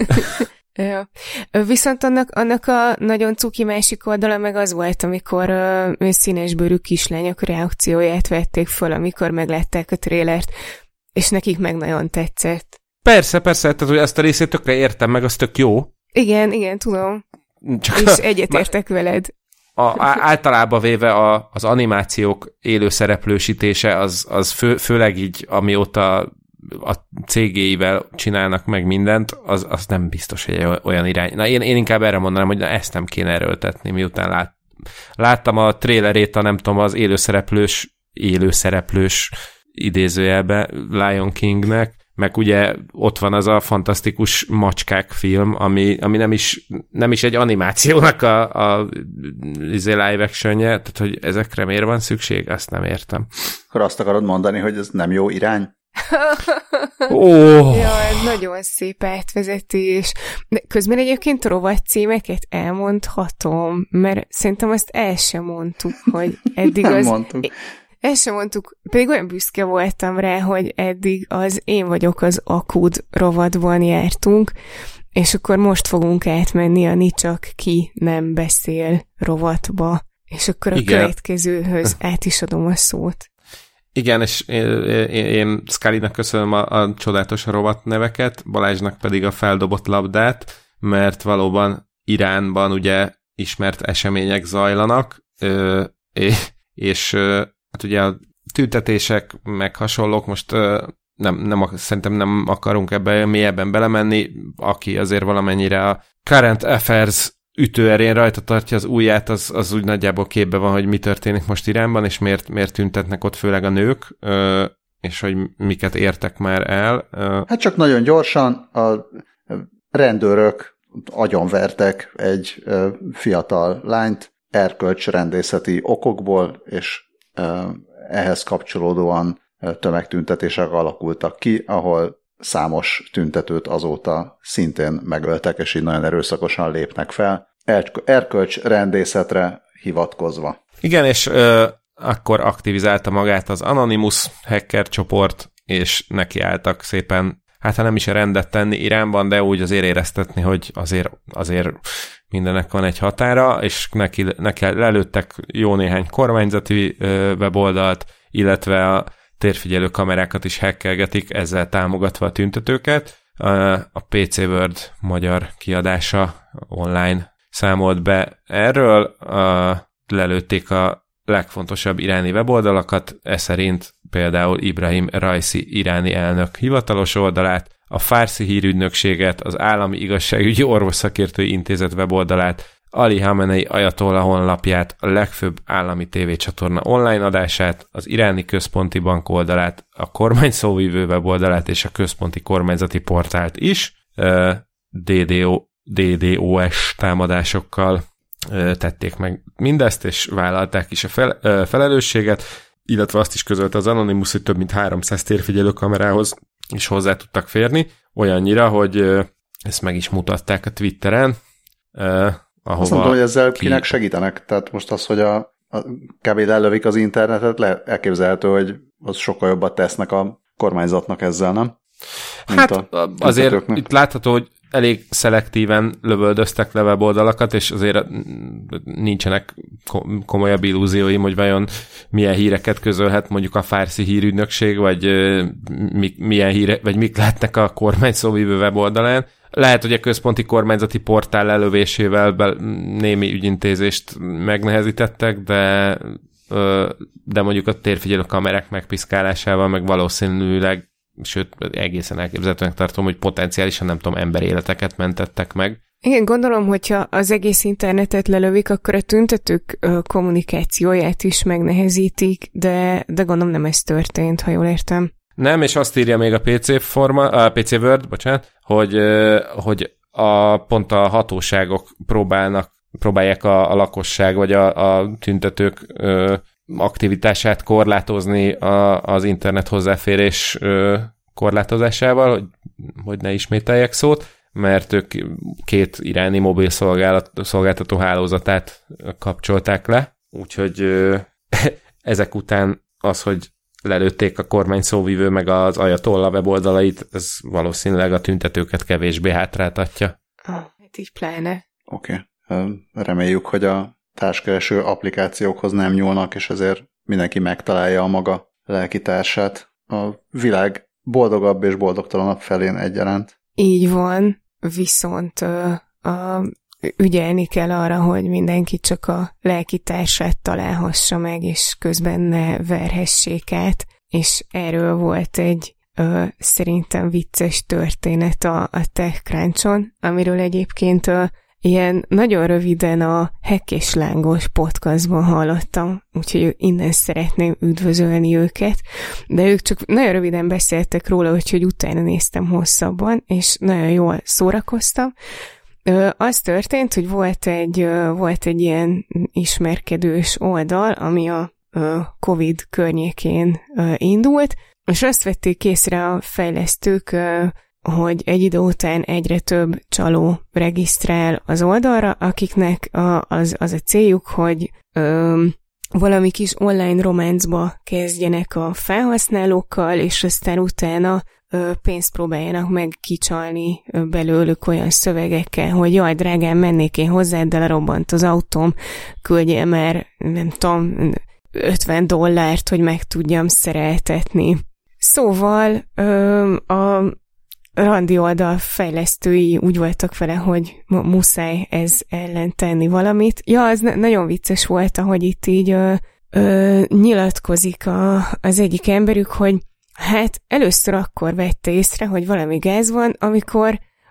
Ja. Viszont annak, annak a nagyon cuki másik oldala meg az volt, amikor uh, színesbőrű kislányok reakcióját vették föl, amikor meglátták a trélert, és nekik meg nagyon tetszett. Persze, persze, tehát hogy ezt a részét tökre értem, meg az tök jó. Igen, igen, tudom. Csak és egyetértek veled. A, általában véve a, az animációk élőszereplősítése az, az fő, főleg így, amióta a cégéivel csinálnak meg mindent, az, az nem biztos, hogy olyan irány. Na, én, én inkább erre mondanám, hogy na, ezt nem kéne erőltetni, miután lát, láttam a trélerét, a nem tudom, az élőszereplős, élőszereplős idézőjelbe Lion Kingnek, meg ugye ott van az a fantasztikus macskák film, ami, ami nem, is, nem is egy animációnak a, a live actionje, tehát hogy ezekre miért van szükség, azt nem értem. Akkor azt akarod mondani, hogy ez nem jó irány? Oh. Ja, ez nagyon szép átvezetés. De közben egyébként rovat címeket elmondhatom, mert szerintem azt el sem mondtuk, hogy eddig nem az... mondtuk. Ezt sem mondtuk, pedig olyan büszke voltam rá, hogy eddig az Én vagyok az Akud rovatban jártunk, és akkor most fogunk átmenni a Ni csak ki nem beszél rovatba, és akkor a Igen. következőhöz át is adom a szót. Igen, és én, én, én Scullynak köszönöm a, a csodálatos rovat neveket, Balázsnak pedig a feldobott labdát, mert valóban Iránban ugye ismert események zajlanak, ö, és hát ugye a tüntetések, meg hasonlók, most nem, nem, szerintem nem akarunk ebbe mélyebben belemenni, aki azért valamennyire a current affairs ütőerén rajta tartja az ujját, az, az úgy nagyjából képbe van, hogy mi történik most Iránban, és miért, miért tüntetnek ott főleg a nők, és hogy miket értek már el. Hát csak nagyon gyorsan a rendőrök agyonvertek egy fiatal lányt erkölcsrendészeti okokból, és ehhez kapcsolódóan tömegtüntetések alakultak ki, ahol számos tüntetőt azóta szintén megöltek, és így nagyon erőszakosan lépnek fel, erkölcsrendészetre hivatkozva. Igen, és ö, akkor aktivizálta magát az Anonymous hacker csoport, és nekiálltak szépen, hát ha nem is a rendet tenni Iránban, de úgy azért éreztetni, hogy azért, azért mindennek van egy határa, és neki, neki lelőttek jó néhány kormányzati ö, weboldalt, illetve a térfigyelő kamerákat is hackelgetik, ezzel támogatva a tüntetőket. A pé cé World magyar kiadása online számolt be erről, lelőtték a legfontosabb iráni weboldalakat, ez szerint például Ibrahim Raisi iráni elnök hivatalos oldalát, a Farsi hírügynökséget, az Állami Igazságügyi Orvosszakértői Intézet weboldalát, Ali Khamenei ajatollah honlapját, a legfőbb állami tévécsatorna online adását, az iráni központi bank oldalát, a kormány szóvivő weboldalát és a központi kormányzati portált is dé dé o es támadásokkal tették meg mindezt, és vállalták is a fel, felelősséget, illetve azt is közölte az Anonymous, hogy több mint háromszáz térfigyelő kamerához is hozzá tudtak férni, olyannyira, hogy ezt meg is mutatták a Twitteren, ahova azt mondom, hogy ezzel ki... kinek segítenek. Tehát most az, hogy a, a kb. Lelövik az internetet, le, elképzelhető, hogy az sokkal jobbat tesznek a kormányzatnak ezzel, nem? Mint hát a azért itt látható, hogy elég szelektíven lövöldöztek le weboldalakat, és azért nincsenek komolyabb illúzióim, hogy vajon milyen híreket közölhet mondjuk a Farsi hírügynökség, vagy milyen híre, vagy mik lehetnek a kormány szóvivő weboldalán. Lehet, hogy a központi kormányzati portál lelövésével be, némi ügyintézést megnehezítettek, de, de mondjuk a térfigyelő kamerák megpiszkálásával meg valószínűleg, sőt, egészen elképzelhetőnek tartom, hogy potenciálisan, nem tudom, emberéleteket mentettek meg. Igen, gondolom, hogyha az egész internetet lelövik, akkor a tüntetők kommunikációját is megnehezítik, de, de gondolom nem ez történt, ha jól értem. Nem, és azt írja még a pé cé, forma, a pé cé World, bocsánat, hogy, hogy a, pont a hatóságok próbálnak, próbálják a, a lakosság vagy a, a tüntetők ö, aktivitását korlátozni a, az internet hozzáférés ö, korlátozásával, hogy, hogy ne ismételjek szót, mert ők két iráni mobil szolgálat, szolgáltató hálózatát kapcsolták le, úgyhogy ö, ezek után az, hogy lelőtték a kormány szóvivő meg az ajatollah weboldalait, ez valószínűleg a tüntetőket kevésbé hátráltatja. Ah, hát így pláne. Oké. Okay. Reméljük, hogy a társkereső applikációkhoz nem nyúlnak, és ezért mindenki megtalálja a maga lelkitársát a világ boldogabb és boldogtalanabb felén egyaránt. Így van, viszont uh, a, ügyelni kell arra, hogy mindenki csak a lelkitársát találhassa meg, és közben ne verhessék át, és erről volt egy uh, szerintem vicces történet a, a TechCrunch-on, amiről egyébként uh, ilyen nagyon röviden a Hack és Lángos podcastban hallottam, úgyhogy innen szeretném üdvözölni őket, de ők csak nagyon röviden beszéltek róla, úgyhogy utána néztem hosszabban, és nagyon jól szórakoztam. Az történt, hogy volt egy, volt egy ilyen ismerkedős oldal, ami a Covid környékén indult, és azt vették észre a fejlesztők, hogy egy idő után egyre több csaló regisztrál az oldalra, akiknek a, az, az a céljuk, hogy ö, valami kis online románcba kezdjenek a felhasználókkal, és aztán utána ö, pénzt próbáljanak meg kicsalni ö, belőlük olyan szövegekkel, hogy jaj, drágám, mennék én hozzád, de lerobbant az autóm, küldjél már, nem tudom, ötven dollárt, hogy meg tudjam szereltetni. Szóval ö, a randi oldal fejlesztői úgy voltak vele, hogy muszáj ez ellen tenni valamit. Ja, az na- nagyon vicces volt, ahogy itt így ö, ö, nyilatkozik a, az egyik emberük, hogy hát először akkor vette észre, hogy valami gáz van, amikor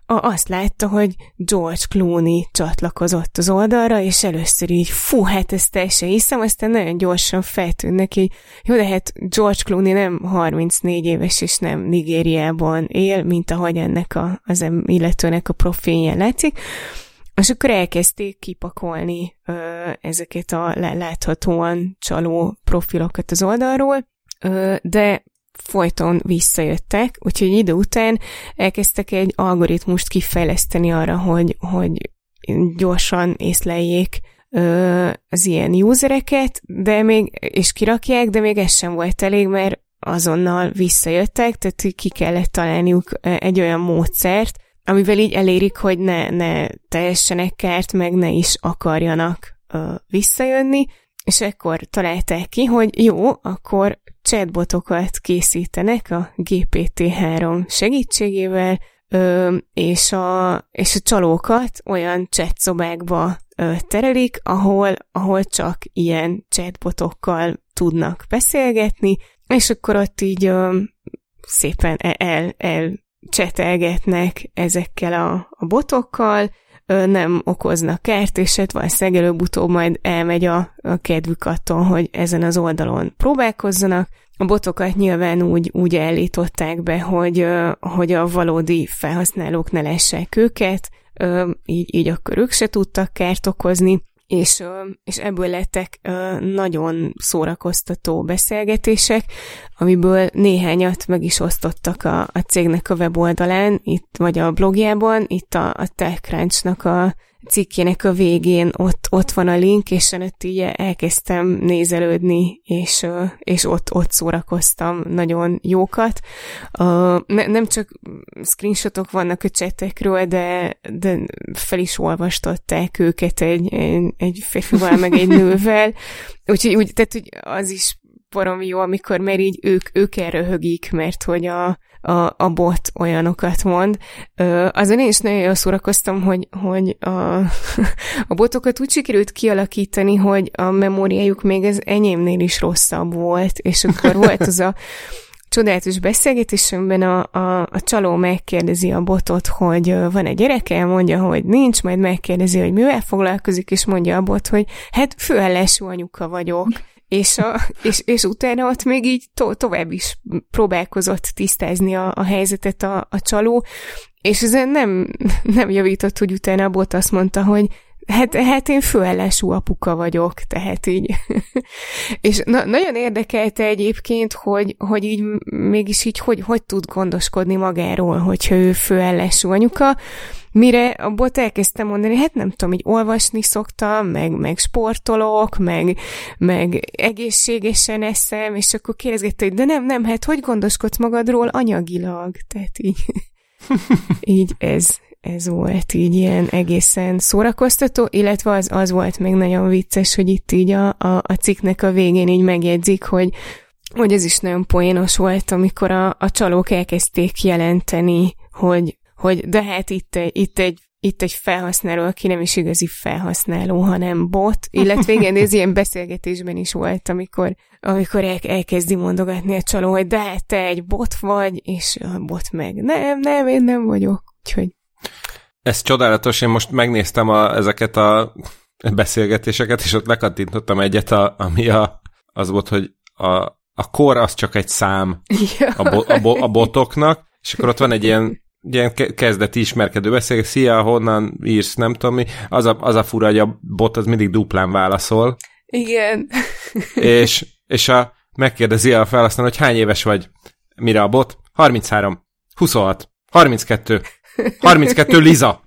azt látta, hogy George Clooney csatlakozott az oldalra, és először így, fú, hát ezt el se hiszem, aztán nagyon gyorsan feltűnt neki, jó, de hát George Clooney nem harmincnégy éves, és nem Nigériában él, mint ahogy ennek a, az illetőnek a profilján látszik, és akkor elkezdték kipakolni ö, ezeket a láthatóan csaló profilokat az oldalról, ö, de folyton visszajöttek, úgyhogy idő után elkezdtek egy algoritmust kifejleszteni arra, hogy, hogy gyorsan észleljék ö, az ilyen usereket, de még, és kirakják, de még ez sem volt elég, mert azonnal visszajöttek, tehát ki kellett találniuk egy olyan módszert, amivel így elérik, hogy ne, ne tehessenek kárt, meg ne is akarjanak ö, visszajönni, és ekkor találták ki, hogy jó, akkor chatbotokat készítenek a gé pé té három segítségével, ö, és, a, és a csalókat olyan chatszobákba ö, terelik, ahol, ahol csak ilyen chatbotokkal tudnak beszélgetni, és akkor ott így ö, szépen el, el csetelgetnek ezekkel a, a botokkal, ö, nem okoznak kárt, és hát valószínűleg előbb-utóbb majd elmegy a, a kedvük attól, hogy ezen az oldalon próbálkozzanak. A botokat nyilván úgy, úgy állították be, hogy, ö, hogy a valódi felhasználók ne lássák őket, ö, így, így akkor ők se tudtak kárt okozni, és, és ebből lettek nagyon szórakoztató beszélgetések, amiből néhányat meg is osztottak a, a cégnek a weboldalán, itt, vagy a blogjában, itt a, a TechCrunch-nak a cikkének a végén ott, ott van a link, és ott így elkezdtem nézelődni, és, és ott, ott szórakoztam nagyon jókat. Ne, nem csak screenshotok vannak a csetekről, de, de fel is olvastották őket egy, egy, egy férfival, meg egy nővel. Úgyhogy úgy, tehát, hogy az is baromi jó, amikor már így ők, ők elröhögik, mert hogy a, a, a bot olyanokat mond. Ö, azon én is nagyon jól szórakoztam, hogy, hogy a, a botokat úgy sikerült kialakítani, hogy a memóriájuk még az enyémnél is rosszabb volt, és akkor volt az a csodálatos beszélgetés, amiben a, a, a csaló megkérdezi a botot, hogy van-e gyereke, mondja, hogy nincs, majd megkérdezi, hogy mivel foglalkozik, és mondja a bot, hogy hát főállású anyuka vagyok. És, a, és, és utána ott még így to- tovább is próbálkozott tisztázni a, a helyzetet a, a csaló, és ezen nem, nem javított, hogy utána a bot azt mondta, hogy hát, hát én főállású apuka vagyok, tehát így. És na, nagyon érdekelte egyébként, hogy, hogy így mégis így hogy, hogy tud gondoskodni magáról, hogyha ő főállású anyuka, mire a bot elkezdte mondani, hát nem tudom, így olvasni szoktam, meg, meg sportolok, meg, meg egészségesen eszem, és akkor kérdezgette, hogy de nem, nem, hát hogy gondoskodsz magadról anyagilag? Tehát így, így ez, ez volt így ilyen egészen szórakoztató, illetve az, az volt még nagyon vicces, hogy itt így a, a, a cikknek a végén így megjegyzik, hogy hogy ez is nagyon poénos volt, amikor a, a csalók elkezdték jelenteni, hogy hogy de hát itt, itt, egy, itt egy felhasználó, aki nem is igazi felhasználó, hanem bot, illetve igen, ez ilyen beszélgetésben is volt, amikor, amikor el, elkezdi mondogatni a csaló, hogy de hát te egy bot vagy, és a bot meg nem, nem, én nem vagyok, úgyhogy... Ez csodálatos, én most megnéztem a, ezeket a beszélgetéseket, és ott lekattintottam egyet, a, ami a, az volt, hogy a, a kor az csak egy szám a, bo, a, bo, a botoknak, és akkor ott van egy ilyen ilyen kezdeti ismerkedő beszélget, szia, honnan írsz, nem tudom mi, az a, az a fura, hogy a bot az mindig duplán válaszol. Igen. És, és a, megkérdezi a felhasználó, hogy hány éves vagy, mire a bot? harminchárom, huszonhat, harminckettő, harminckettő Liza.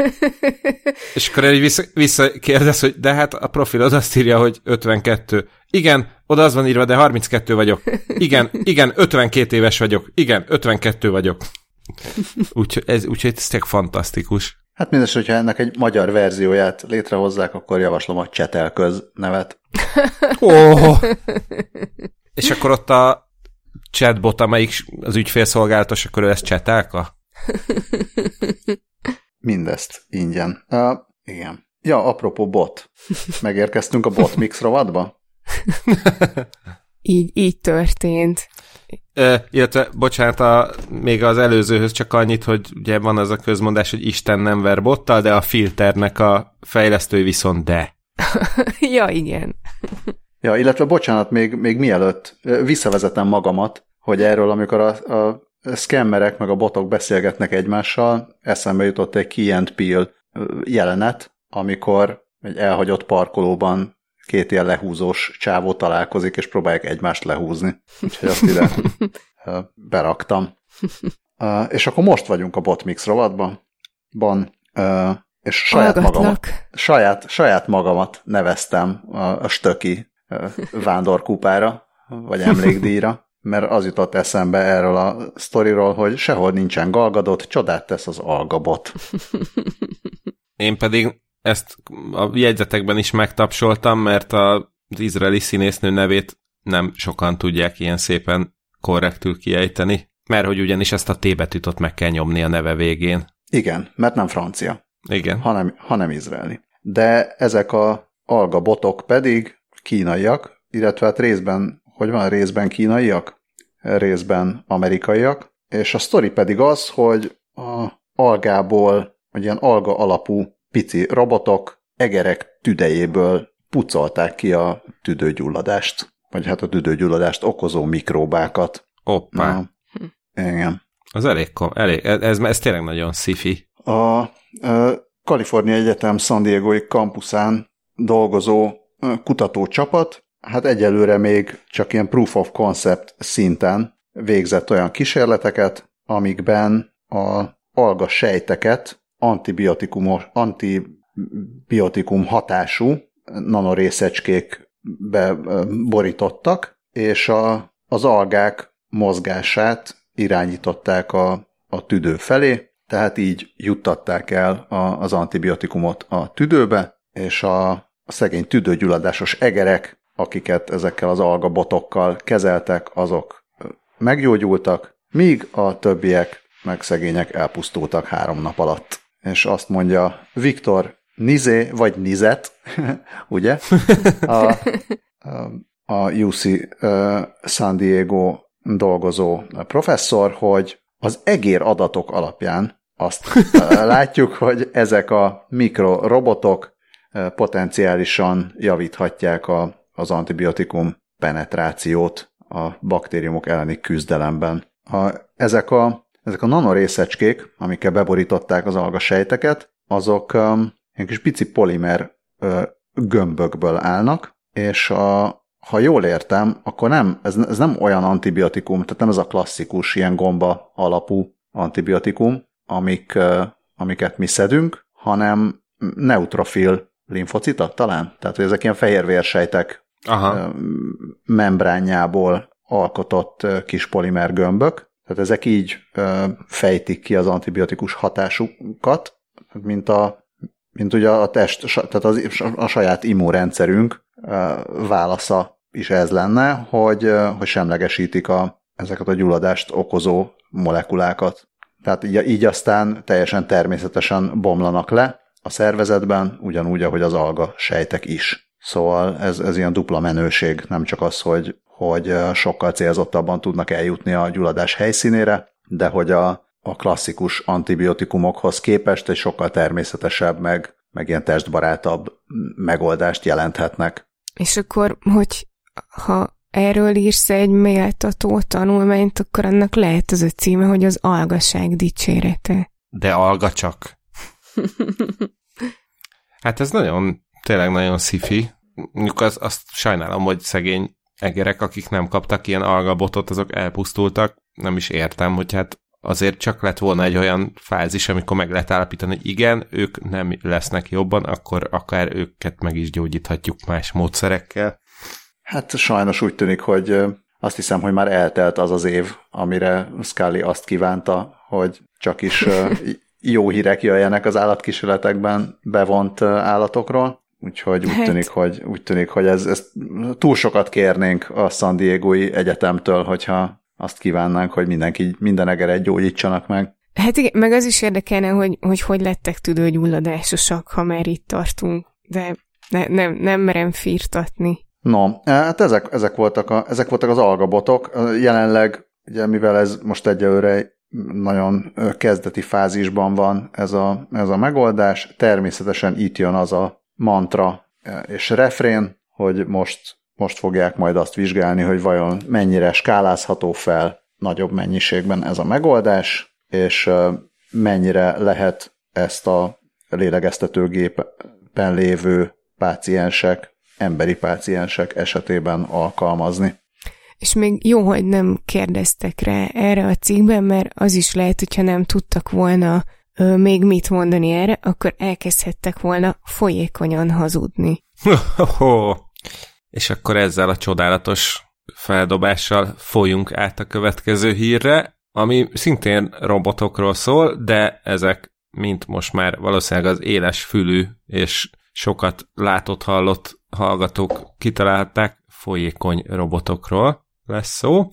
És akkor egy vissza, visszakérdez, hogy de hát a profilod azt írja, hogy ötvenkettő. Igen, oda az van írva, de harminckettő vagyok. Igen, igen, ötvenkét éves vagyok. Igen, ötvenkettő vagyok. Úgyhogy ez, úgy, ez tényleg fantasztikus. Hát mindez, hogyha ennek egy magyar verzióját létrehozzák, akkor javaslom a Csetelköz nevet. Oh. És akkor ott a chatbot, amelyik az ügyfélszolgálatos, akkor ő ezt csetelka? Mindezt ingyen. Uh, igen. Ja, apropó bot. Megérkeztünk a bot mix rovatba? így, így történt. Ö, illetve, bocsánat, a, még az előzőhöz csak annyit, hogy ugye van az a közmondás, hogy Isten nem ver bottal, de a filternek a fejlesztői viszont de. Ja, igen. Ja, illetve bocsánat, még, még mielőtt visszavezetem magamat, hogy erről, amikor a, a scammerek meg a botok beszélgetnek egymással, eszembe jutott egy Key and Peele jelenet, amikor egy elhagyott parkolóban két ilyen lehúzós csávó találkozik, és próbálják egymást lehúzni. Úgyhogy azt ide beraktam. És akkor most vagyunk a Botmix rovatban, ban, és saját magamat, saját, saját magamat neveztem a, a stöki vándorkupára, vagy emlékdíjra, mert az jutott eszembe erről a sztoriról, hogy sehol nincsen Galgadot, csodát tesz az Algabot. Én pedig ezt a jegyzetekben is megtapsoltam, mert az izraeli színésznő nevét nem sokan tudják ilyen szépen korrektül kiejteni, mert hogy ugyanis ezt a T betűt ott meg kell nyomni a neve végén. Igen, mert nem francia. Igen. Hanem, hanem izraeli. De ezek a algabotok pedig kínaiak, illetve hát részben, hogy van, részben kínaiak, részben amerikaiak, és a sztori pedig az, hogy a algából, vagy ilyen alga alapú pici robotok egerek tüdejéből pucolták ki a tüdőgyulladást, vagy hát a tüdőgyulladást okozó mikróbákat. Hoppá. Na, igen. Az elég, kom- elég ez, ez tényleg nagyon sci-fi. A, a Kalifornia Egyetem San Diegói kampuszán dolgozó kutatócsapat, hát egyelőre még csak ilyen proof of concept szinten végzett olyan kísérleteket, amikben a alga sejteket antibiotikum, antibiotikum hatású nanorészecskékbe borítottak, és a, az algák mozgását irányították a, a tüdő felé, tehát így juttatták el a, az antibiotikumot a tüdőbe, és a, a szegény tüdőgyulladásos egerek, akiket ezekkel az algabotokkal kezeltek, azok meggyógyultak, míg a többiek meg szegények elpusztultak három nap alatt. És azt mondja Viktor Nizé, vagy Nizet, ugye? A, a U C uh, San Diego dolgozó professzor, hogy az egér adatok alapján azt látjuk, hogy ezek a mikrorobotok potenciálisan javíthatják a, az antibiotikum penetrációt a baktériumok elleni küzdelemben. A, ezek, a, ezek a nanorészecskék, amikkel beborították az algasejteket, azok um, egy kis pici polimer uh, gömbökből állnak, és a, ha jól értem, akkor nem, ez, ez nem olyan antibiotikum, tehát nem ez a klasszikus ilyen gomba alapú antibiotikum, amik, uh, amiket mi szedünk, hanem neutrofil limfocitok talán? Tehát, hogy ezek ilyen fehérvérsejtek uh, membránjából alkotott uh, kis polimer gömbök, tehát ezek így uh, fejtik ki az antibiotikus hatásukat, mint, a, mint ugye a test, tehát az, a saját immunrendszerünk uh, válasza is ez lenne, hogy, uh, hogy semlegesítik a, ezeket a gyulladást okozó molekulákat. Tehát így, így aztán teljesen természetesen bomlanak le a szervezetben, ugyanúgy, ahogy az alga sejtek is. Szóval ez, ez ilyen dupla menőség, nem csak az, hogy, hogy sokkal célzottabban tudnak eljutni a gyulladás helyszínére, de hogy a, a klasszikus antibiotikumokhoz képest egy sokkal természetesebb, meg, meg ilyen testbarátabb megoldást jelenthetnek. És akkor, hogy ha erről írsz egy méltató tanulmányt, akkor annak lehet az a címe, hogy az algaság dicsérete. De alga csak. Hát ez nagyon, tényleg nagyon sci-fi. Mondjuk az, azt sajnálom, hogy szegény egerek, akik nem kaptak ilyen algabotot, azok elpusztultak. Nem is értem, hogy hát azért csak lett volna egy olyan fázis, amikor meg lehet állapítani, hogy igen, ők nem lesznek jobban, akkor akár őket meg is gyógyíthatjuk más módszerekkel. Hát sajnos úgy tűnik, hogy azt hiszem, hogy már eltelt az az év, amire Scully azt kívánta, hogy csak is jó hírek jöjjenek az állatkísérletekben bevont állatokról, úgyhogy úgy tűnik, hogy, úgy tűnik, hogy ez, ez túl sokat kérnénk a San Diegói Egyetemtől, hogyha azt kívánnánk, hogy mindenki, minden egeret gyógyítsanak meg. Hát igen, meg az is érdekelne, hogy hogy, hogy lettek tüdőgyulladásosak, ha már itt tartunk, de ne, nem, nem merem firtatni. No, hát ezek, ezek, voltak a, ezek voltak az algabotok. Jelenleg ugye mivel ez most egyelőre nagyon kezdeti fázisban van ez a, ez a megoldás, természetesen itt jön az a mantra és refrén, hogy most, most fogják majd azt vizsgálni, hogy vajon mennyire skálázható fel nagyobb mennyiségben ez a megoldás, és mennyire lehet ezt a lélegeztetőgépen lévő páciensek, emberi páciensek esetében alkalmazni. És még jó, hogy nem kérdeztek rá erre a cikkben, mert az is lehet, hogyha nem tudtak volna ö, még mit mondani erre, akkor elkezdhettek volna folyékonyan hazudni. És akkor ezzel a csodálatos feldobással folyunk át a következő hírre, ami szintén robotokról szól, de ezek mint most már valószínűleg az éles fülű és sokat látott, hallott hallgatók kitalálták, folyékony robotokról lesz szó.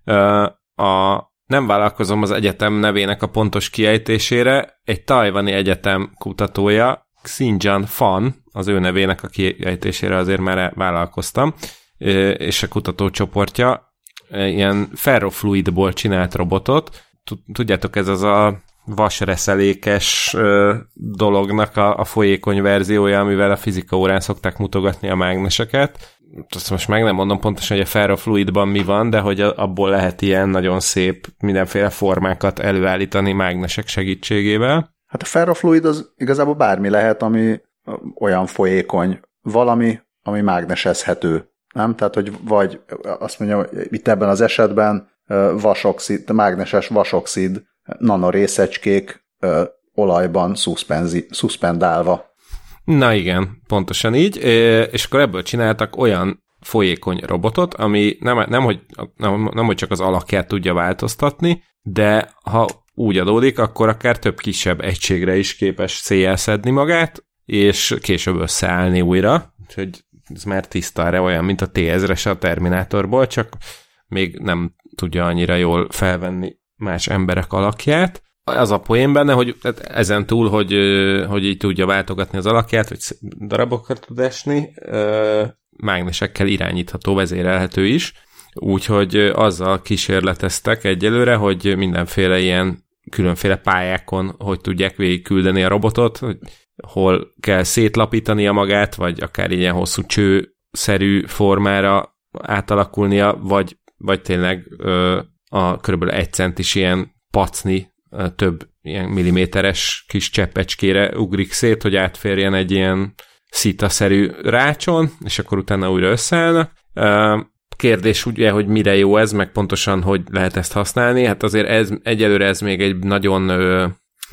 A Nem vállalkozom az egyetem nevének a pontos kiejtésére, egy tajvani egyetem kutatója, Xinjiang Fan, az ő nevének a kiejtésére azért már vállalkoztam, és a kutatócsoportja ilyen ferrofluidból csinált robotot. Tudjátok, ez az a vasreszelékes dolognak a, a folyékony verziója, amivel a fizika órán szokták mutogatni a mágneseket. Azt most meg nem mondom pontosan, hogy a ferrofluidban mi van, de hogy abból lehet ilyen nagyon szép mindenféle formákat előállítani mágnesek segítségével. Hát a ferrofluid az igazából bármi lehet, ami olyan folyékony valami, ami mágnesezhető. Nem? Tehát, hogy vagy azt mondjam, hogy itt ebben az esetben vasoxid, mágneses vasoxid nanorészecskék olajban szuszpenzi, szuszpendálva. Na igen, pontosan így, és akkor ebből csináltak olyan folyékony robotot, ami nem, nem, hogy, nem, nem hogy csak az alakját tudja változtatni, de ha úgy adódik, akkor akár több kisebb egységre is képes széjjel szedni magát, és később összeállni újra, úgyhogy ez már tiszta erre olyan, mint a té ezres a Terminátorból, csak még nem tudja annyira jól felvenni más emberek alakját. Az a poén benne, hogy ezen túl, hogy, hogy így tudja váltogatni az alakját, hogy darabokat tud esni, mágnesekkel irányítható, vezérelhető is. Úgyhogy azzal kísérleteztek egyelőre, hogy mindenféle ilyen különféle pályákon hogy tudják végigküldeni a robotot, hogy hol kell szétlapítania magát, vagy akár ilyen hosszú csőszerű formára átalakulnia, vagy, vagy tényleg ö, a körülbelül egy centis ilyen pacni, ö, több ilyen milliméteres kis cseppecskére ugrik szét, hogy átférjen egy ilyen szitaszerű rácson, és akkor utána újra összeállnak. Ö, kérdés ugye, hogy mire jó ez, meg pontosan, hogy lehet ezt használni. Hát azért ez, egyelőre ez még egy nagyon ö,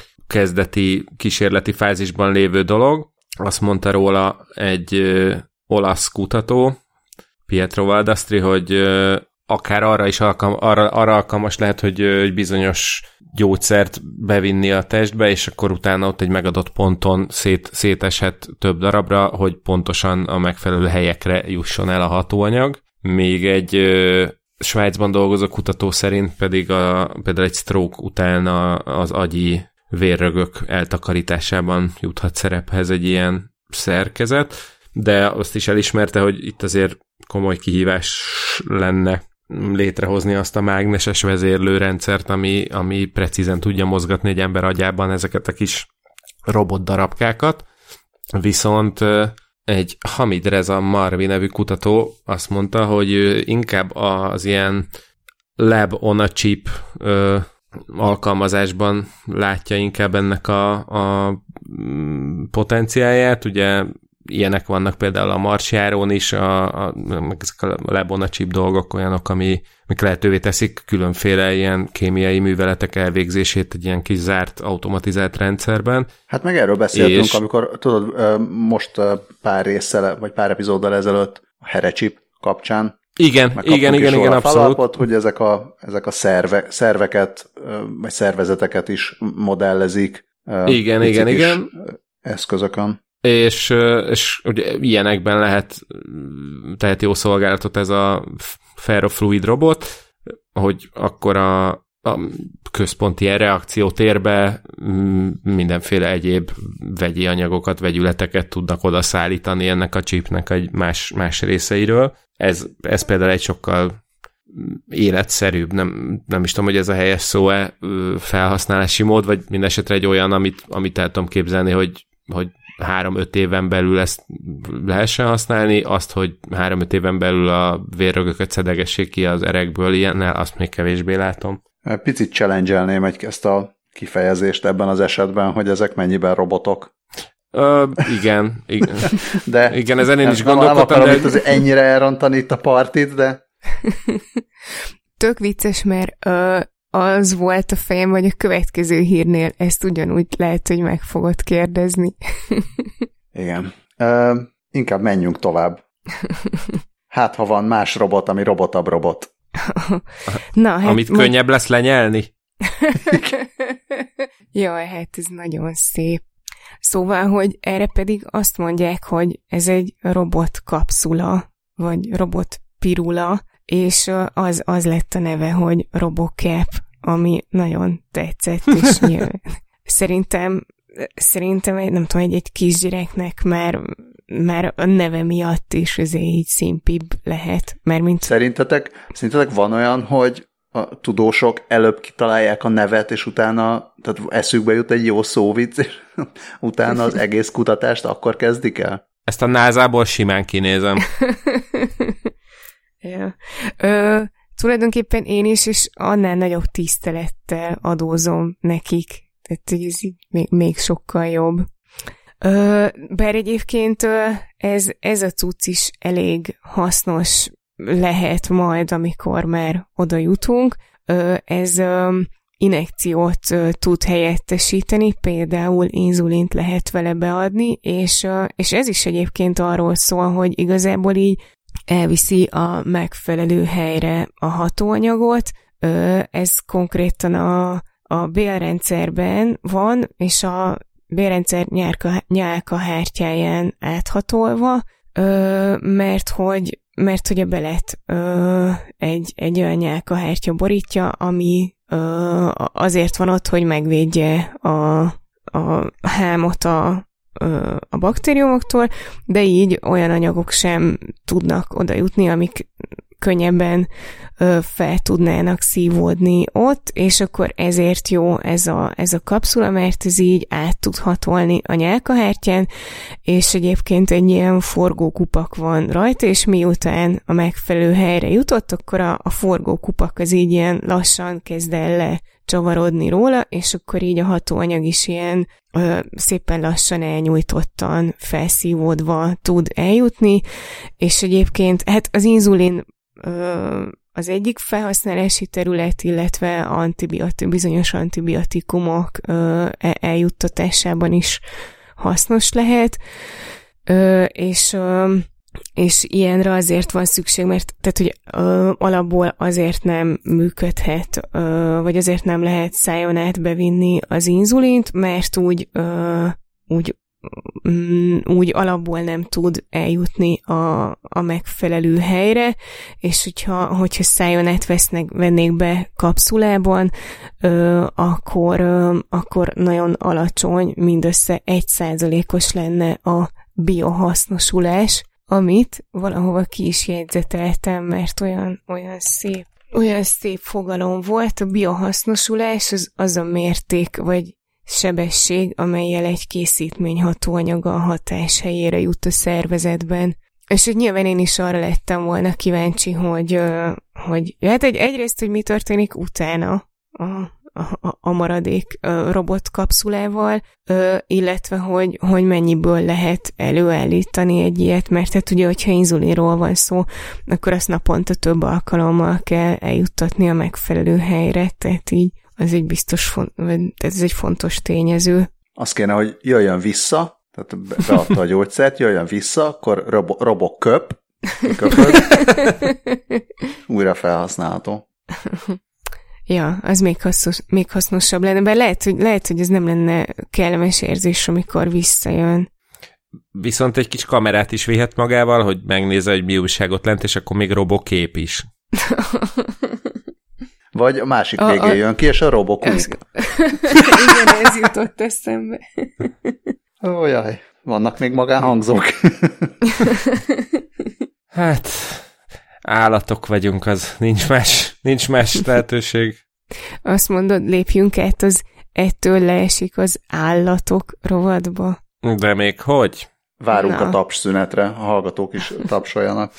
kezdeti, kísérleti fázisban lévő dolog. Azt mondta róla egy ö, olasz kutató, Pietro Valdastri, hogy ö, akár arra is alkalm, arra, arra alkalmas lehet, hogy ö, bizonyos gyógyszert bevinni a testbe, és akkor utána ott egy megadott ponton szét, széteshet több darabra, hogy pontosan a megfelelő helyekre jusson el a hatóanyag. Még egy ö, Svájcban dolgozó kutató szerint pedig a, például egy stroke után a, az agyi vérrögök eltakarításában juthat szerephez egy ilyen szerkezet, de azt is elismerte, hogy itt azért komoly kihívás lenne létrehozni azt a mágneses vezérlőrendszert, ami, ami precízen tudja mozgatni egy ember agyában ezeket a kis robotdarabkákat. Viszont egy Hamid Reza Marvi nevű kutató azt mondta, hogy inkább az ilyen lab on a chip ö, alkalmazásban látja inkább ennek a, a potenciáját. Ugye ilyenek vannak például a marsjárón is, a, a, ezek a lab on a chip dolgok olyanok, ami, amik lehetővé teszik különféle ilyen kémiai műveletek elvégzését egy ilyen kis zárt, automatizált rendszerben. Hát meg erről beszéltünk, és... amikor tudod, most pár résszel, vagy pár epizóddal ezelőtt a Herechip kapcsán Igen, igen, igen, igen, abszolút. Alapot, hogy ezek a, ezek a szerve, szerveket, vagy szervezeteket is modellezik. Igen, igen, igen. Eszközökön. És, és ugye ilyenekben lehet, tehet jó szolgálatot ez a ferrofluid robot, hogy akkor a, a központi reakciótérbe mindenféle egyéb vegyi anyagokat, vegyületeket tudnak odaszállítani ennek a chipnek egy más, más részeiről. Ez, ez például egy sokkal életszerűbb, nem, nem is tudom, hogy ez a helyes szó-e felhasználási mód, vagy mindesetre egy olyan, amit, amit el tudom képzelni, hogy, hogy három-öt éven belül ezt lehessen használni, azt, hogy három-öt éven belül a vérrögöket szedegessék ki az erekből ilyennel, azt még kevésbé látom. Picit challenge-elném ezt a kifejezést ebben az esetben, hogy ezek mennyiben robotok. Ö, igen, igen. De igen, ezen én is nem, gondolkodtam. Nem akarom de... itt ennyire elrontani itt a partit, de... Tök vicces, mert ö, az volt a fejem, hogy a következő hírnél ezt ugyanúgy lehet, hogy meg fogod kérdezni. Igen. Ö, inkább menjünk tovább. Hát, ha van más robot, ami robotabb robot. Na, hát Amit most... könnyebb lesz lenyelni? Jaj, hát ez nagyon szép. Szóval, hogy erre pedig azt mondják, hogy ez egy robot kapszula, vagy robot pirula, és az, az lett a neve, hogy RoboCap, ami nagyon tetszett, és nyilván. Szerintem, szerintem nem tudom, egy, egy kisgyereknek már, már a neve miatt is azért így szimpibb lehet. Mert mint... Szerintetek, szerintetek van olyan, hogy a tudósok előbb kitalálják a nevet, és utána tehát eszükbe jut egy jó szóvic, és utána az egész kutatást akkor kezdik el? Ezt a názából simán kinézem. ja. Ö, tulajdonképpen én is, és annál nagyobb tisztelettel adózom nekik. Tehát ez így még, még sokkal jobb. Ö, bár egyébként ez, ez a cucc is elég hasznos lehet majd, amikor már oda jutunk. Ez injekciót tud helyettesíteni, például inzulint lehet vele beadni, és, és ez is egyébként arról szól, hogy igazából így elviszi a megfelelő helyre a hatóanyagot. Ez konkrétan a, a bélrendszerben van, és a bélrendszer nyálka, nyálkahártyáján áthatolva, mert hogy mert hogy a belet ö, egy, egy olyan nyálkahártya borítja, ami ö, azért van ott, hogy megvédje a, a hámot a, ö, a baktériumoktól, de így olyan anyagok sem tudnak oda jutni, amik könnyebben ö, fel tudnának szívódni ott, és akkor ezért jó ez a, ez a kapszula, mert ez így át tud hatolni a nyálkahártyán, és egyébként egy ilyen forgókupak van rajta, és miután a megfelelő helyre jutott, akkor a, a forgókupak az így ilyen lassan kezd el le csavarodni róla, és akkor így a hatóanyag is ilyen ö, szépen lassan elnyújtottan felszívódva tud eljutni, és egyébként hát az inzulin az egyik felhasználási terület, illetve antibiotik, bizonyos antibiotikumok eljuttatásában is hasznos lehet, és, és ilyenre azért van szükség, mert tehát, hogy alapból azért nem működhet, vagy azért nem lehet szájon át bevinni az inzulint, mert úgy, úgy úgy alapból nem tud eljutni a, a megfelelő helyre, és hogyha, hogyha szájon át vesznek, vennék be kapszulában, ö, akkor, ö, akkor nagyon alacsony, mindössze egy százalékos lenne a biohasznosulás, amit valahova ki is jegyzeteltem, mert olyan, olyan szép, olyan szép fogalom volt. A biohasznosulás az, az a mérték, vagy sebesség, amellyel egy készítmény hatóanyaga a hatáshelyére jut a szervezetben. És hogy nyilván én is arra lettem volna kíváncsi, hogy, hogy hát egy, egyrészt, hogy mi történik utána a, a, a maradék robotkapszulával, illetve, hogy, hogy mennyiből lehet előállítani egy ilyet, mert hát ugye, hogyha inzulinról van szó, akkor azt naponta több alkalommal kell eljuttatni a megfelelő helyre, tehát így ez egy biztos, ez egy fontos tényező. Azt kéne, hogy jöjjön vissza, tehát beadta a gyógyszert, jöjjön vissza, akkor robo, robok köp, köpöd, újra felhasználható. Ja, az még, hasznos, még hasznosabb lenne, bár lehet hogy, lehet, hogy ez nem lenne kellemes érzés, amikor visszajön. Viszont egy kis kamerát is vihet magával, hogy megnézze, hogy mi újságot lent, és akkor még robokép is. Vagy a másik a, végén a... jön ki, és a robokúp. Igen, ez jutott eszembe. Ó, jaj, vannak még magánhangzók. Hát, állatok vagyunk, az nincs más, nincs más lehetőség. Azt mondod, lépjünk át az ettől leesik az állatok rovatba. De még hogy? Várunk Na. a tapsszünetre, a hallgatók is tapsoljanak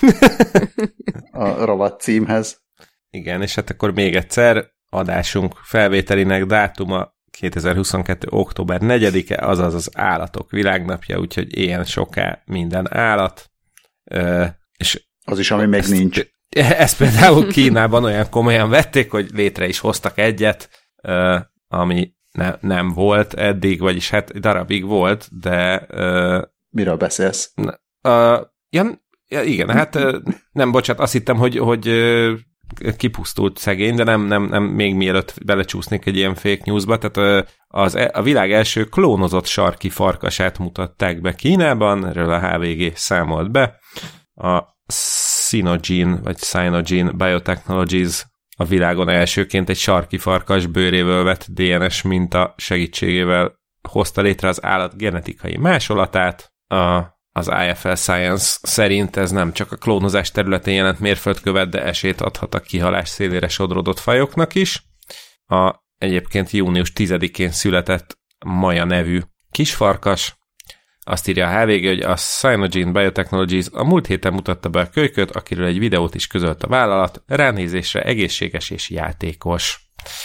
a rovat címhez. Igen, és hát akkor még egyszer adásunk felvételinek dátuma kétezer-huszonkettő. október negyedike, azaz az állatok világnapja, úgyhogy ilyen soká minden állat. Ö, és az is, ami még ezt, nincs. Ezt például Kínában olyan komolyan vették, hogy létre is hoztak egyet, ö, ami ne, nem volt eddig, vagyis hát darabig volt, de... Ö, miről beszélsz? Ö, ja, ja, igen, hát nem, bocsánat, azt hittem, hogy, hogy kipusztult szegény, de nem, nem, nem még mielőtt belecsúsznék egy ilyen fake newsba, tehát az, a világ első klónozott sarki farkasát mutatták be Kínában, erről a há vé gé számolt be. A Sinogene, vagy Sinogene Biotechnologies a világon elsőként egy sarki farkas bőrével vett dé en es minta segítségével hozta létre az állat genetikai másolatát. A Az i ef el Science szerint ez nem csak a klónozás területén jelent mérföldkövet, de esélyt adhat a kihalás szélére sodródott fajoknak is. A egyébként június tizedikén született Maja nevű kisfarkas. Azt írja a há vé gé, hogy a Sinogene Biotechnologies a múlt héten mutatta be a kölyköt, akiről egy videót is közölt a vállalat, ránézésre egészséges és játékos.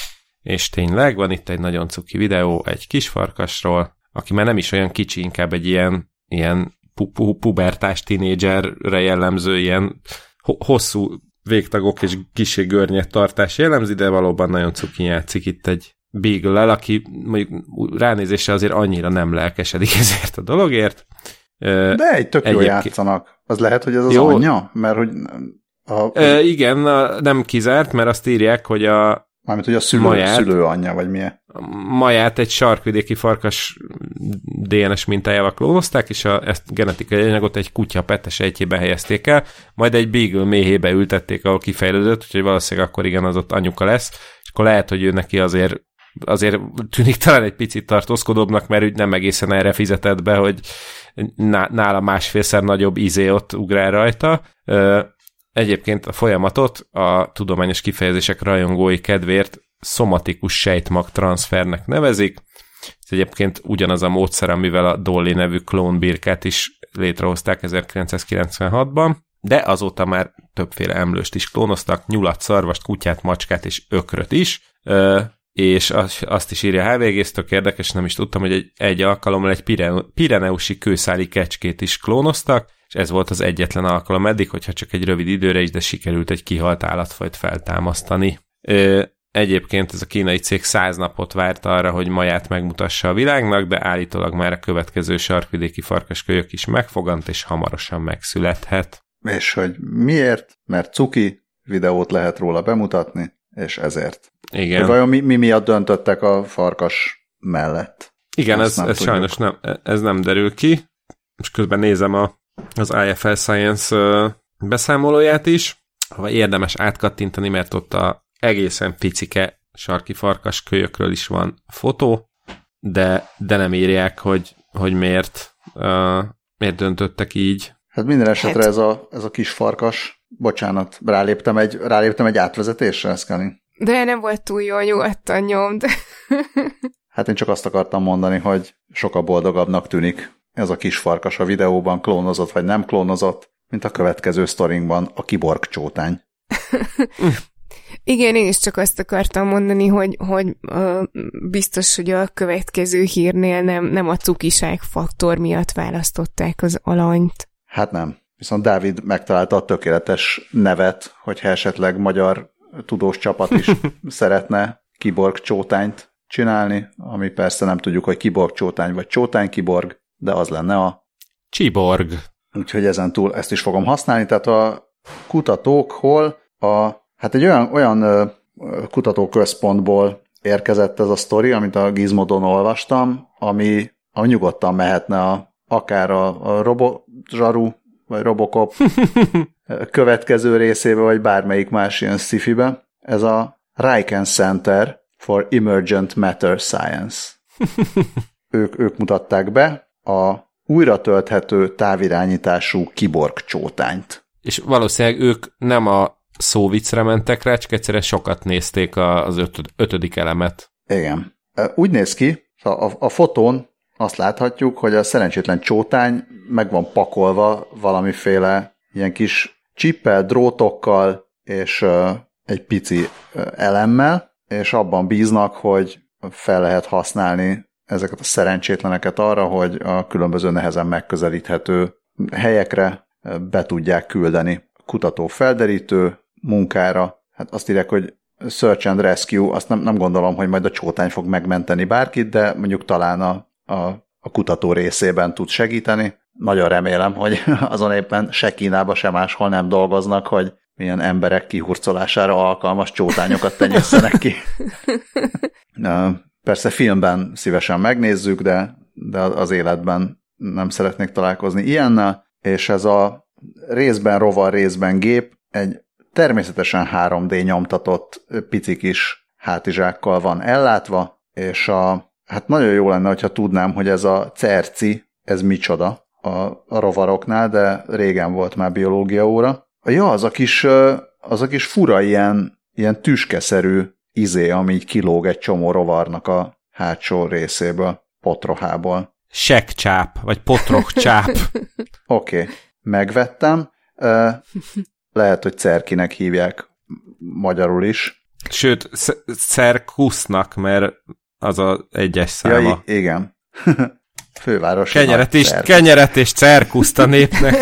És tényleg van itt egy nagyon cuki videó egy kisfarkasról, aki már nem is olyan kicsi, inkább egy ilyen, ilyen pu- pubertás tínédzserre jellemző ilyen hosszú végtagok és kissé görnyed tartás jellemzi, de valóban nagyon cukin játszik itt egy Beagle-lel, aki mondjuk ránézésre azért annyira nem lelkesedik ezért a dologért. De egy tök jól játszanak. Az lehet, hogy ez az jó. anyja? Mert hogy... A... E, igen, nem kizárt, mert azt írják, hogy a mármint, hogy a szülő, Maját, szülő anyja, vagy milyen? Maját egy sarkvidéki farkas dé en es mintájával klónozták, és a, ezt genetikai anyagot egy kutya petesejtjébe helyezték el, majd egy Beagle méhébe ültették, ahol kifejlődött, úgyhogy valószínűleg akkor igen, az ott anyuka lesz, és akkor lehet, hogy ő neki azért, azért tűnik talán egy picit tartózkodóbbnak, mert úgy nem egészen erre fizetett be, hogy nála másfélszer nagyobb izé ott ugrál rajta. Egyébként a folyamatot a tudományos kifejezések rajongói kedvéért szomatikus sejtmag transfernek nevezik. Ez egyébként ugyanaz a módszer, amivel a Dolly nevű klónbirkát is létrehozták ezerkilencszázkilencvenhatban, de azóta már többféle emlőst is klónoztak, nyulat, szarvast, kutyát, macskát és ökröt is, és azt is írja há vé gé, ez tök érdekes, nem is tudtam, hogy egy, egy alkalommal egy pireneusi kőszáli kecskét is klónoztak, és ez volt az egyetlen alkalom eddig, hogyha csak egy rövid időre is, de sikerült egy kihalt állatfajt feltámasztani. Ö, egyébként ez a kínai cég száz napot várt arra, hogy Maját megmutassa a világnak, de állítólag már a következő sarkvidéki farkaskölyök is megfogant, és hamarosan megszülethet. És hogy miért? Mert cuki, videót lehet róla bemutatni, és ezért. Igen. Hogy vajon mi, mi miatt döntöttek a farkas mellett? Igen, ez, ez sajnos nem, ez nem derül ki. Most közben nézem a az i ef el Science uh, beszámolóját is, ha érdemes átkattintani, mert ott a egészen picike sarki farkas kölyökről is van fotó, de, de nem írják, hogy, hogy miért, uh, miért döntöttek így. Hát minden esetre ez a, ez a kis farkas, bocsánat, ráléptem egy, ráléptem egy átvezetésre, Szkani. De nem volt túl jó, nyugodtan nyomd. Hát én csak azt akartam mondani, hogy sokkal boldogabbnak tűnik ez a kis farkas a videóban, klónozott vagy nem klónozott, mint a következő sztorinkban a kiborg csótány. Igen, én is csak azt akartam mondani, hogy, hogy uh, biztos, hogy a következő hírnél nem, nem a cukiság faktor miatt választották az alanyt. Hát nem. Viszont Dávid megtalálta a tökéletes nevet, hogyha esetleg magyar tudós csapat is szeretne kiborg csótányt csinálni, ami persze nem tudjuk, hogy kiborg csótány vagy csótány kiborg, de az lenne a Csiborg. Úgyhogy ezen túl ezt is fogom használni, tehát a kutatók hol a, hát egy olyan, olyan ö, kutatóközpontból érkezett ez a sztori, amit a Gizmodon olvastam, ami, ami nyugodtan mehetne a, akár a, a Robozsaru, vagy Robocop következő részébe, vagy bármelyik más ilyen sci-fibe. Ez a Riken Center for Emergent Matter Science. ők, ők mutatták be a újra tölthető távirányítású kiborg csótányt. és valószínűleg ők nem a szóviccre mentek rá, csak egyszerűen sokat nézték az ötöd, ötödik elemet. Igen. Úgy néz ki, a, a fotón azt láthatjuk, hogy a szerencsétlen csótány meg van pakolva valamiféle ilyen kis csippel, drótokkal és uh, egy pici uh, elemmel, és abban bíznak, hogy fel lehet használni ezeket a szerencsétleneket arra, hogy a különböző nehezen megközelíthető helyekre be tudják küldeni kutató-felderítő munkára. Hát azt írják, hogy Search and Rescue, azt nem, nem gondolom, hogy majd a csótány fog megmenteni bárkit, de mondjuk talán a, a, a kutató részében tud segíteni. Nagyon remélem, hogy azon éppen se Kínában, se máshol nem dolgoznak, hogy milyen emberek kihurcolására alkalmas csótányokat tenyésszenek ki. Persze filmben szívesen megnézzük, de, de az életben nem szeretnék találkozni ilyennel, és ez a részben rovar, részben gép egy természetesen három dé nyomtatott pici kis hátizsákkal van ellátva, és a, hát nagyon jó lenne, hogyha tudnám, hogy ez a cerci, ez micsoda a, a rovaroknál, de régen volt már biológia óra. Ja, az a kis, az a kis fura ilyen, ilyen tüskeszerű izé, ami így kilóg egy csomó rovarnak a hátsó részéből, potrohából. Sekcsáp, vagy potrokcsáp. Oké, okay. Megvettem. Lehet, hogy cerkinek hívják magyarul is. Sőt, cerkusznak, mert az az egyes száma. Ja, igen. Fővárosi kenyeret is, kenyeret és cerkuszt a népnek.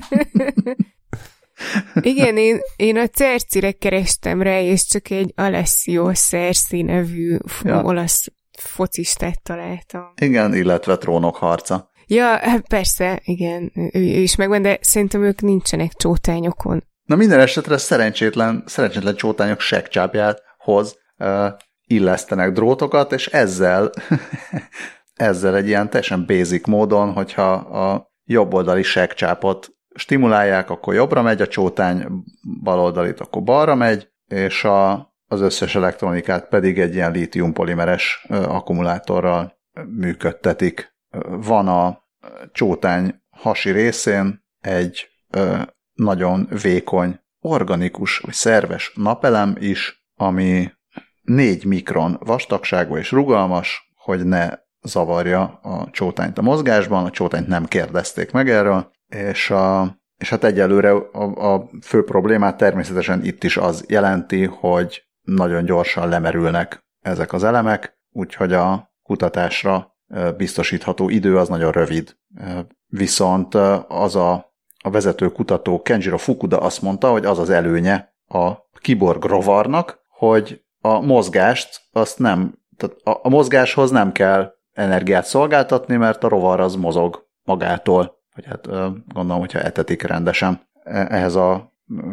Igen, én, én a Cercire kerestem rá, és csak egy Alessio Cerci nevű ja. olasz focistát találtam. Igen, illetve Trónok harca. Ja, persze, igen, ő is megvan, de szerintem ők nincsenek csótányokon. Na minden esetre szerencsétlen, szerencsétlen csótányok seggcsápjához uh, illesztenek drótokat, és ezzel, ezzel egy ilyen teljesen basic módon, hogyha a jobboldali seggcsápot stimulálják, akkor jobbra megy a csótány, baloldalit, akkor balra megy, és a, az összes elektronikát pedig egy ilyen lítiumpolimeres uh, akkumulátorral működtetik. Van a csótány hasi részén egy uh, nagyon vékony, organikus vagy szerves napelem is, ami négy mikron vastagságú és rugalmas, hogy ne zavarja a csótányt a mozgásban, a csótányt nem kérdezték meg erről, és, a, és hát egyelőre a, a fő problémát természetesen itt is az jelenti, hogy nagyon gyorsan lemerülnek ezek az elemek, úgyhogy a kutatásra biztosítható idő az nagyon rövid. Viszont az a A vezető kutató Kenjiro Fukuda azt mondta, hogy az az előnye a kiborg rovarnak, hogy a mozgást azt nem, tehát a, a mozgáshoz nem kell energiát szolgáltatni, mert a rovar az mozog magától, vagy hát gondolom, hogyha etetik rendesen. Ehhez a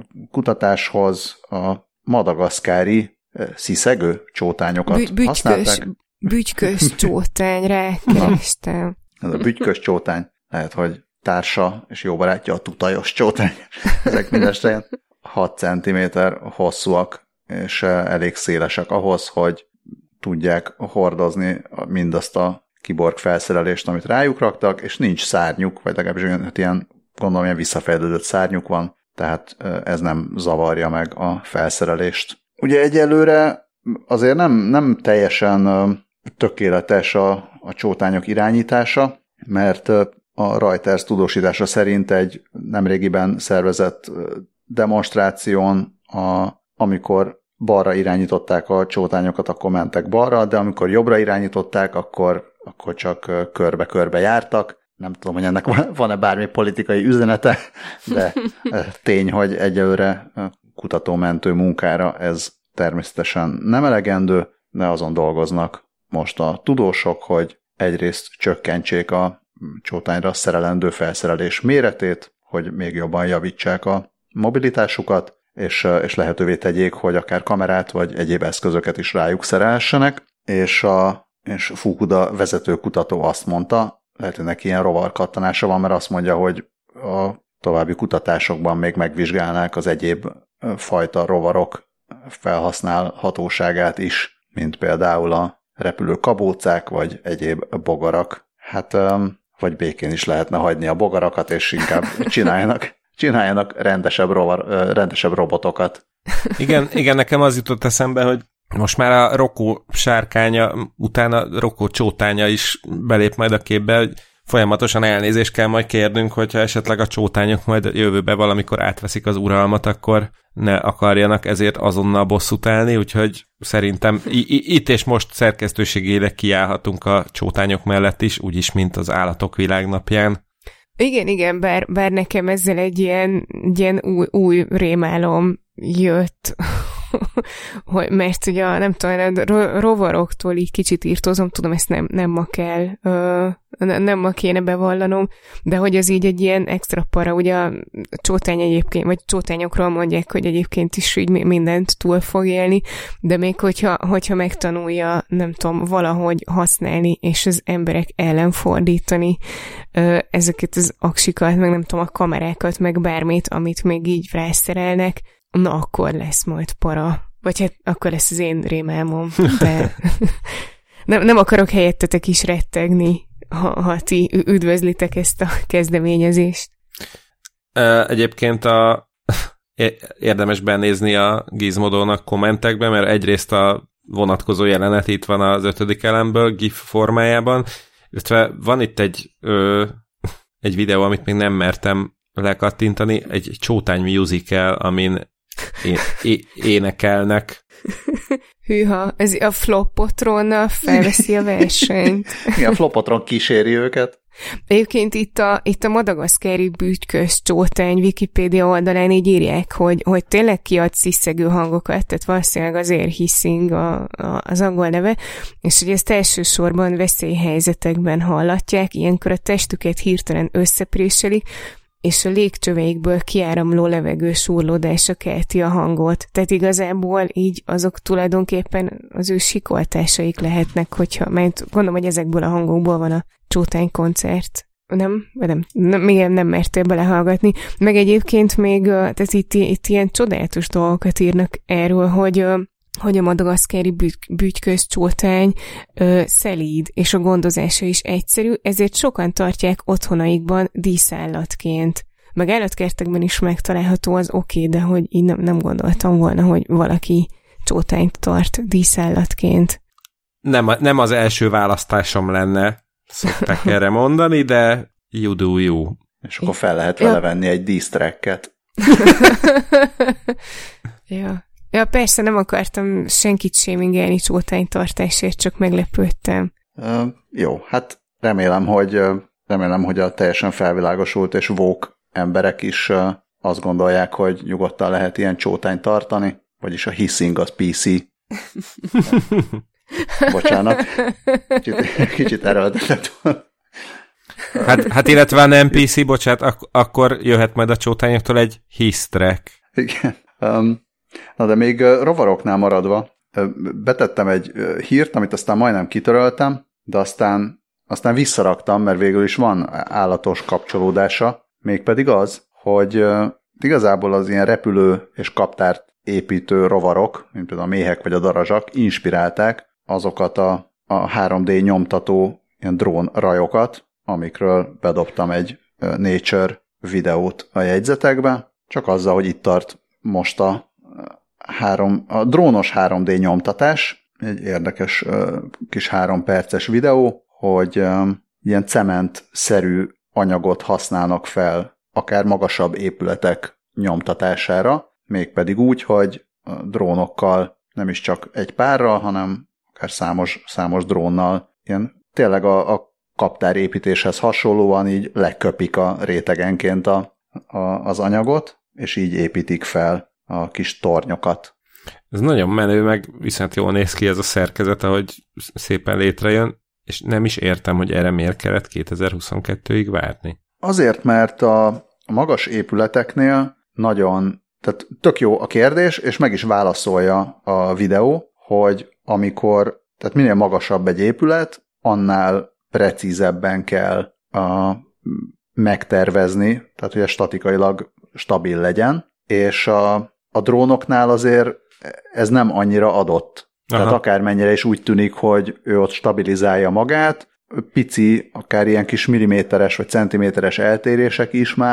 kutatáshoz a madagaszkári sziszegő csótányokat Büty- bütykös, használták. Bütykös csótány, rákerestem. Ez a bütykös csótány. Lehet, hogy társa és jó barátja a tutajos csótány. Ezek mindestén hat centiméter hosszúak, és elég szélesek ahhoz, hogy tudják hordozni mindazt a kiborg felszerelést, amit rájuk raktak, és nincs szárnyuk, vagy legalábbis olyan, ilyen, gondolom, ilyen visszafejlődött szárnyuk van, tehát ez nem zavarja meg a felszerelést. Ugye egyelőre azért nem, nem teljesen tökéletes a, a csótányok irányítása, mert a Reuters tudósítása szerint egy nemrégiben szervezett demonstráción, a, amikor balra irányították a csótányokat, akkor mentek balra, de amikor jobbra irányították, akkor, akkor csak körbe-körbe jártak. Nem tudom, hogy ennek van-e bármi politikai üzenete, de tény, hogy egyelőre kutatómentő munkára ez természetesen nem elegendő, de azon dolgoznak most a tudósok, hogy egyrészt csökkentsék a csótányra szerelendő felszerelés méretét, hogy még jobban javítsák a mobilitásukat, és, és lehetővé tegyék, hogy akár kamerát vagy egyéb eszközöket is rájuk szerelhessenek, és, a, és Fukuda vezető kutató azt mondta, lehet, hogy neki ilyen rovarkattanása van, mert azt mondja, hogy a további kutatásokban még megvizsgálnák az egyéb fajta rovarok felhasználhatóságát is, mint például a repülő kabócák, vagy egyéb bogarak. Hát, vagy békén is lehetne hagyni a bogarakat, és inkább csináljanak, csináljanak rendesebb, rovar, rendesebb robotokat. Igen, igen, nekem az jutott eszembe, hogy most már a Rokó sárkánya, utána Rokó csótánya is belép majd a képbe, hogy folyamatosan elnézést kell majd kérnünk, hogyha esetleg a csótányok majd jövőbe valamikor átveszik az uralmat, akkor ne akarjanak ezért azonnal bosszút állni, úgyhogy szerintem i- i- itt és most szerkesztőségére kiállhatunk a csótányok mellett is, úgyis, mint az Állatok Világnapján. Igen, igen, bár, bár nekem ezzel egy ilyen, ilyen új, új rémálom jött, hogy, mert ugye nem tudom, a rovaroktól így kicsit írtózom, tudom, ezt nem, nem ma kell, ö, nem ma kéne bevallanom, de hogy ez így egy ilyen extra para, ugye a csótány egyébként, vagy csótányokról mondják, hogy egyébként is így mindent túl fog élni, de még hogyha, hogyha megtanulja, nem tudom, valahogy használni, és az emberek ellen fordítani ö, ezeket az aksikat, meg nem tudom, a kamerákat, meg bármit, amit még így rászerelnek, na akkor lesz majd para. Vagy hát akkor lesz az én rémálmom, de nem, nem akarok helyettetek is rettegni, ha, ha ti üdvözlitek ezt a kezdeményezést. Egyébként a, érdemes benézni a Gizmodónak kommentekbe, mert egyrészt a vonatkozó jelenet itt van az ötödik elemből GIF formájában, illetve van itt egy, ö, egy videó, amit még nem mertem lekattintani, egy, egy csótány musical, amin É- é- énekelnek. Hűha, ez a Flopotronnal felveszi a versenyt. Igen, a Flopotron kíséri őket. Egyébként itt a, itt a madagaszkári bütykös csótány Wikipédia oldalán így írják, hogy, hogy tényleg kiad sziszegő hangokat, tehát valószínűleg azért hissing a, a, az angol neve, és hogy ezt elsősorban veszélyhelyzetekben hallatják, ilyenkor a testüket hirtelen összepréselik, és a légcsöveikből kiáramló levegő súrlódása kelti a hangot. Tehát igazából így azok tulajdonképpen az ő sikoltásaik lehetnek, hogyha, mert gondolom, hogy ezekből a hangokból van a csótány koncert. Nem? Nem, nem, még nem mertél belehallgatni. Meg egyébként még, tehát itt, itt ilyen csodálatos dolgokat írnak erről, hogy hogy a madagaszkári bütykös csótány ö, szelíd, és a gondozása is egyszerű, ezért sokan tartják otthonaikban díszállatként. Meg állatkertekben is megtalálható, az oké, okay, de hogy így nem, nem gondoltam volna, hogy valaki csótányt tart díszállatként. Nem, nem az első választásom lenne, szokták erre mondani, de you do you. És akkor fel lehet vele venni egy dísztrekket. Ja. Ja, persze nem akartam senkit sémingelni csótánytartásért, csak meglepődtem. Uh, jó, hát remélem, hogy remélem, hogy a teljesen felvilágosult és woke emberek is uh, azt gondolják, hogy nyugodtan lehet ilyen csótányt tartani, vagyis a hissing az pé cé. Bocsánat, kicsit, kicsit erőltetett volna. Hát, hát illetve a nem pé cé, bocsánat, ak- akkor jöhet majd a csótányoktól egy hiss track. Igen. Um, Na de még rovaroknál maradva, betettem egy hírt, amit aztán majdnem kitöröltem, de aztán, aztán visszaraktam, mert végül is van állatos kapcsolódása, mégpedig az, hogy igazából az ilyen repülő és kaptárt építő rovarok, mint például a méhek vagy a darazsak, inspirálták azokat a, a három dé nyomtató ilyen drón rajokat, amikről bedobtam egy Nature videót a jegyzetekbe, csak azzal, hogy itt tart most a Három, a drónos három dé nyomtatás, egy érdekes uh, kis három perces videó, hogy um, ilyen cementszerű anyagot használnak fel akár magasabb épületek nyomtatására, mégpedig úgy, hogy a drónokkal nem is csak egy párral, hanem akár számos, számos drónnal ilyen tényleg a, a kaptárépítéshez hasonlóan így leköpik a rétegenként a, a, az anyagot, és így építik fel a kis tornyokat. Ez nagyon menő, meg viszont jól néz ki ez a szerkezet, ahogy szépen létrejön, és nem is értem, hogy erre miért kellett kétezer-huszonkettőig várni. Azért, mert a magas épületeknél nagyon, tehát tök jó a kérdés, és meg is válaszolja a videó, hogy amikor, tehát minél magasabb egy épület, annál precízebben kell a, megtervezni, tehát hogy statikailag stabil legyen, és a, a drónoknál azért ez nem annyira adott. Aha. Tehát akármennyire is úgy tűnik, hogy ő ott stabilizálja magát, pici, akár ilyen kis milliméteres vagy centiméteres eltérések is már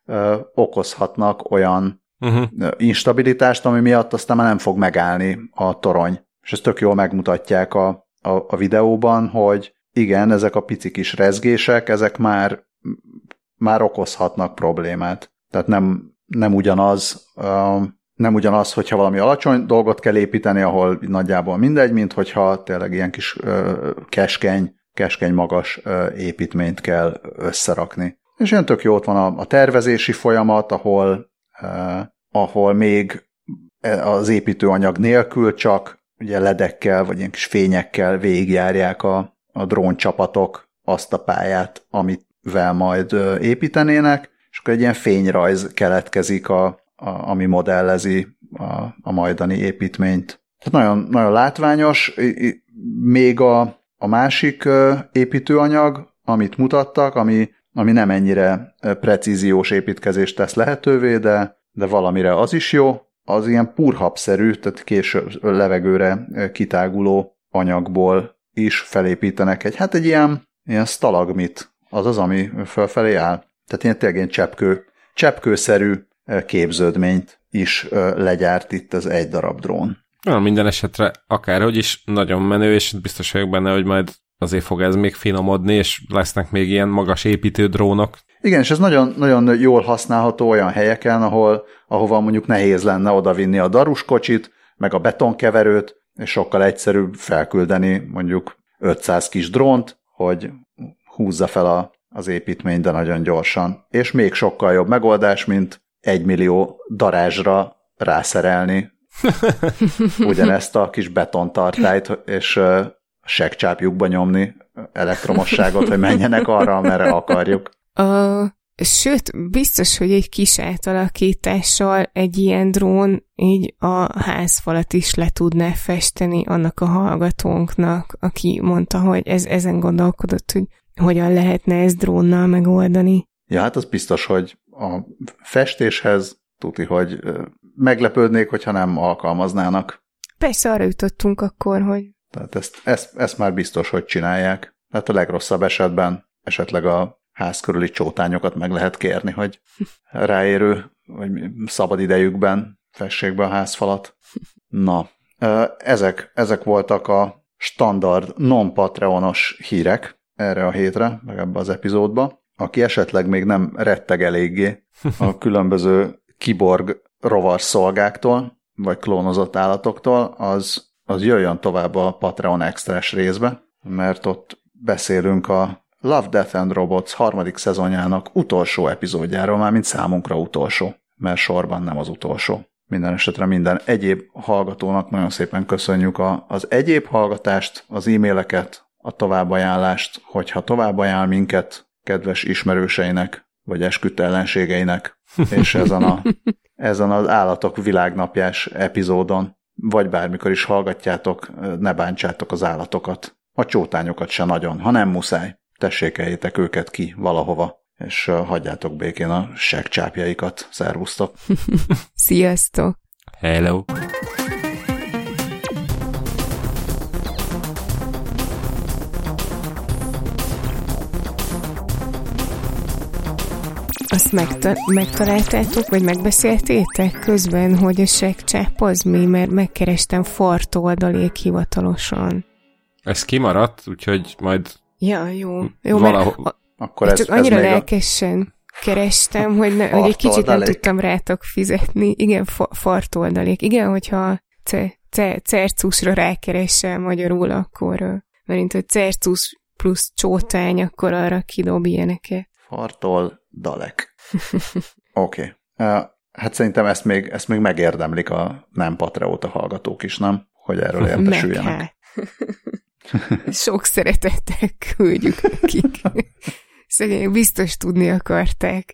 ö, okozhatnak olyan uh-huh. instabilitást, ami miatt aztán már nem fog megállni a torony. És ezt tök jól megmutatják a, a, a videóban, hogy igen, ezek a pici kis rezgések, ezek már, már okozhatnak problémát. Tehát nem, nem ugyanaz, uh, nem ugyanaz, hogyha valami alacsony dolgot kell építeni, ahol nagyjából mindegy, mint hogyha tényleg ilyen kis uh, keskeny, keskeny magas uh, építményt kell összerakni. És ilyen tök jó, ott van a, a tervezési folyamat, ahol, uh, ahol még az építőanyag nélkül csak ugye ledekkel, vagy ilyen kis fényekkel végigjárják a, a dróncsapatok azt a pályát, amivel majd uh, építenének, és akkor egy ilyen fényrajz keletkezik, a, a, ami modellezi a, a majdani építményt. Tehát nagyon, nagyon látványos, még a, a másik építőanyag, amit mutattak, ami, ami nem ennyire precíziós építkezést tesz lehetővé, de, de valamire az is jó, az ilyen purhabszerű, tehát késő levegőre kitáguló anyagból is felépítenek egy, hát egy ilyen, ilyen stalagmit, az az, ami fölfelé áll. Tehát ilyen tényleg ilyen cseppkő, cseppkőszerű képződményt is legyárt itt az egy darab drón. Na, minden esetre akárhogy is nagyon menő, és biztos vagyok benne, hogy majd azért fog ez még finomodni, és lesznek még ilyen magas építő drónok. Igen, és ez nagyon, nagyon jól használható olyan helyeken, ahol, ahova mondjuk nehéz lenne odavinni a daruskocsit, meg a betonkeverőt, és sokkal egyszerűbb felküldeni mondjuk ötszáz kis drónt, hogy húzza fel a az építmény, de nagyon gyorsan. És még sokkal jobb megoldás, mint egy millió darázsra rászerelni ugyanezt a kis betontartályt, és uh, seggcsápjukba nyomni elektromosságot, hogy menjenek arra, amerre akarjuk. Uh, sőt, biztos, hogy egy kis átalakítással egy ilyen drón így a házfalat is le tudná festeni annak a hallgatónknak, aki mondta, hogy ez, ezen gondolkodott, hogy hogyan lehetne ezt drónnal megoldani. Ja, hát az biztos, hogy a festéshez tuti, hogy meglepődnék, hogyha nem alkalmaznának. Persze arra jutottunk akkor, hogy... Tehát ezt, ezt, ezt már biztos, hogy csinálják. Tehát a legrosszabb esetben esetleg a ház körüli csótányokat meg lehet kérni, hogy ráérő, vagy szabad idejükben fessék be a házfalat. Na, ezek, ezek voltak a standard non-patreonos hírek erre a hétre, meg ebbe az epizódba. Aki esetleg még nem retteg eléggé a különböző kiborg rovarszolgáktól, vagy klónozott állatoktól, az, az jöjjön tovább a Patreon Extra-s részbe, mert ott beszélünk a Love, Death and Robots harmadik szezonjának utolsó epizódjáról, már mint számunkra utolsó, mert sorban nem az utolsó. Minden esetre minden egyéb hallgatónak nagyon szépen köszönjük a, az egyéb hallgatást, az e-maileket, a továbbajánlást, hogyha továbbajánl minket kedves ismerőseinek, vagy esküdt ellenségeinek, és ezen, a, ezen az Állatok Világnapjás epizódon, vagy bármikor is hallgatjátok, ne bántsátok az állatokat. A csótányokat se nagyon, ha nem muszáj. Tessékeljétek őket ki valahova, és hagyjátok békén a seggcsápjaikat. Szervusztok! Sziasztok! Hello! Azt megta- megtaláltátok, vagy megbeszéltétek közben, hogy a seggcsáp az mi, mert megkerestem fart oldalék hivatalosan. Ez kimaradt, úgyhogy majd ja, jó. jó valahol... mert Akkor ez, csak annyira ez lelkesen a... kerestem, hogy, ne, hogy egy kicsit nem tudtam rátok fizetni. Igen, fa- fart oldalék. Igen, hogyha ce- ce- cercusra rákeresel magyarul, akkor mert hogy cercus plusz csótány, akkor arra kidob ilyeneket. Fartol dalek. Oké. Okay. Uh, hát szerintem ezt még, ezt még megérdemlik a nem patreóta hallgatók is, nem? Hogy erről értesüljenek. Sok szeretettel küldjük nekik. Szegények biztos tudni akarták.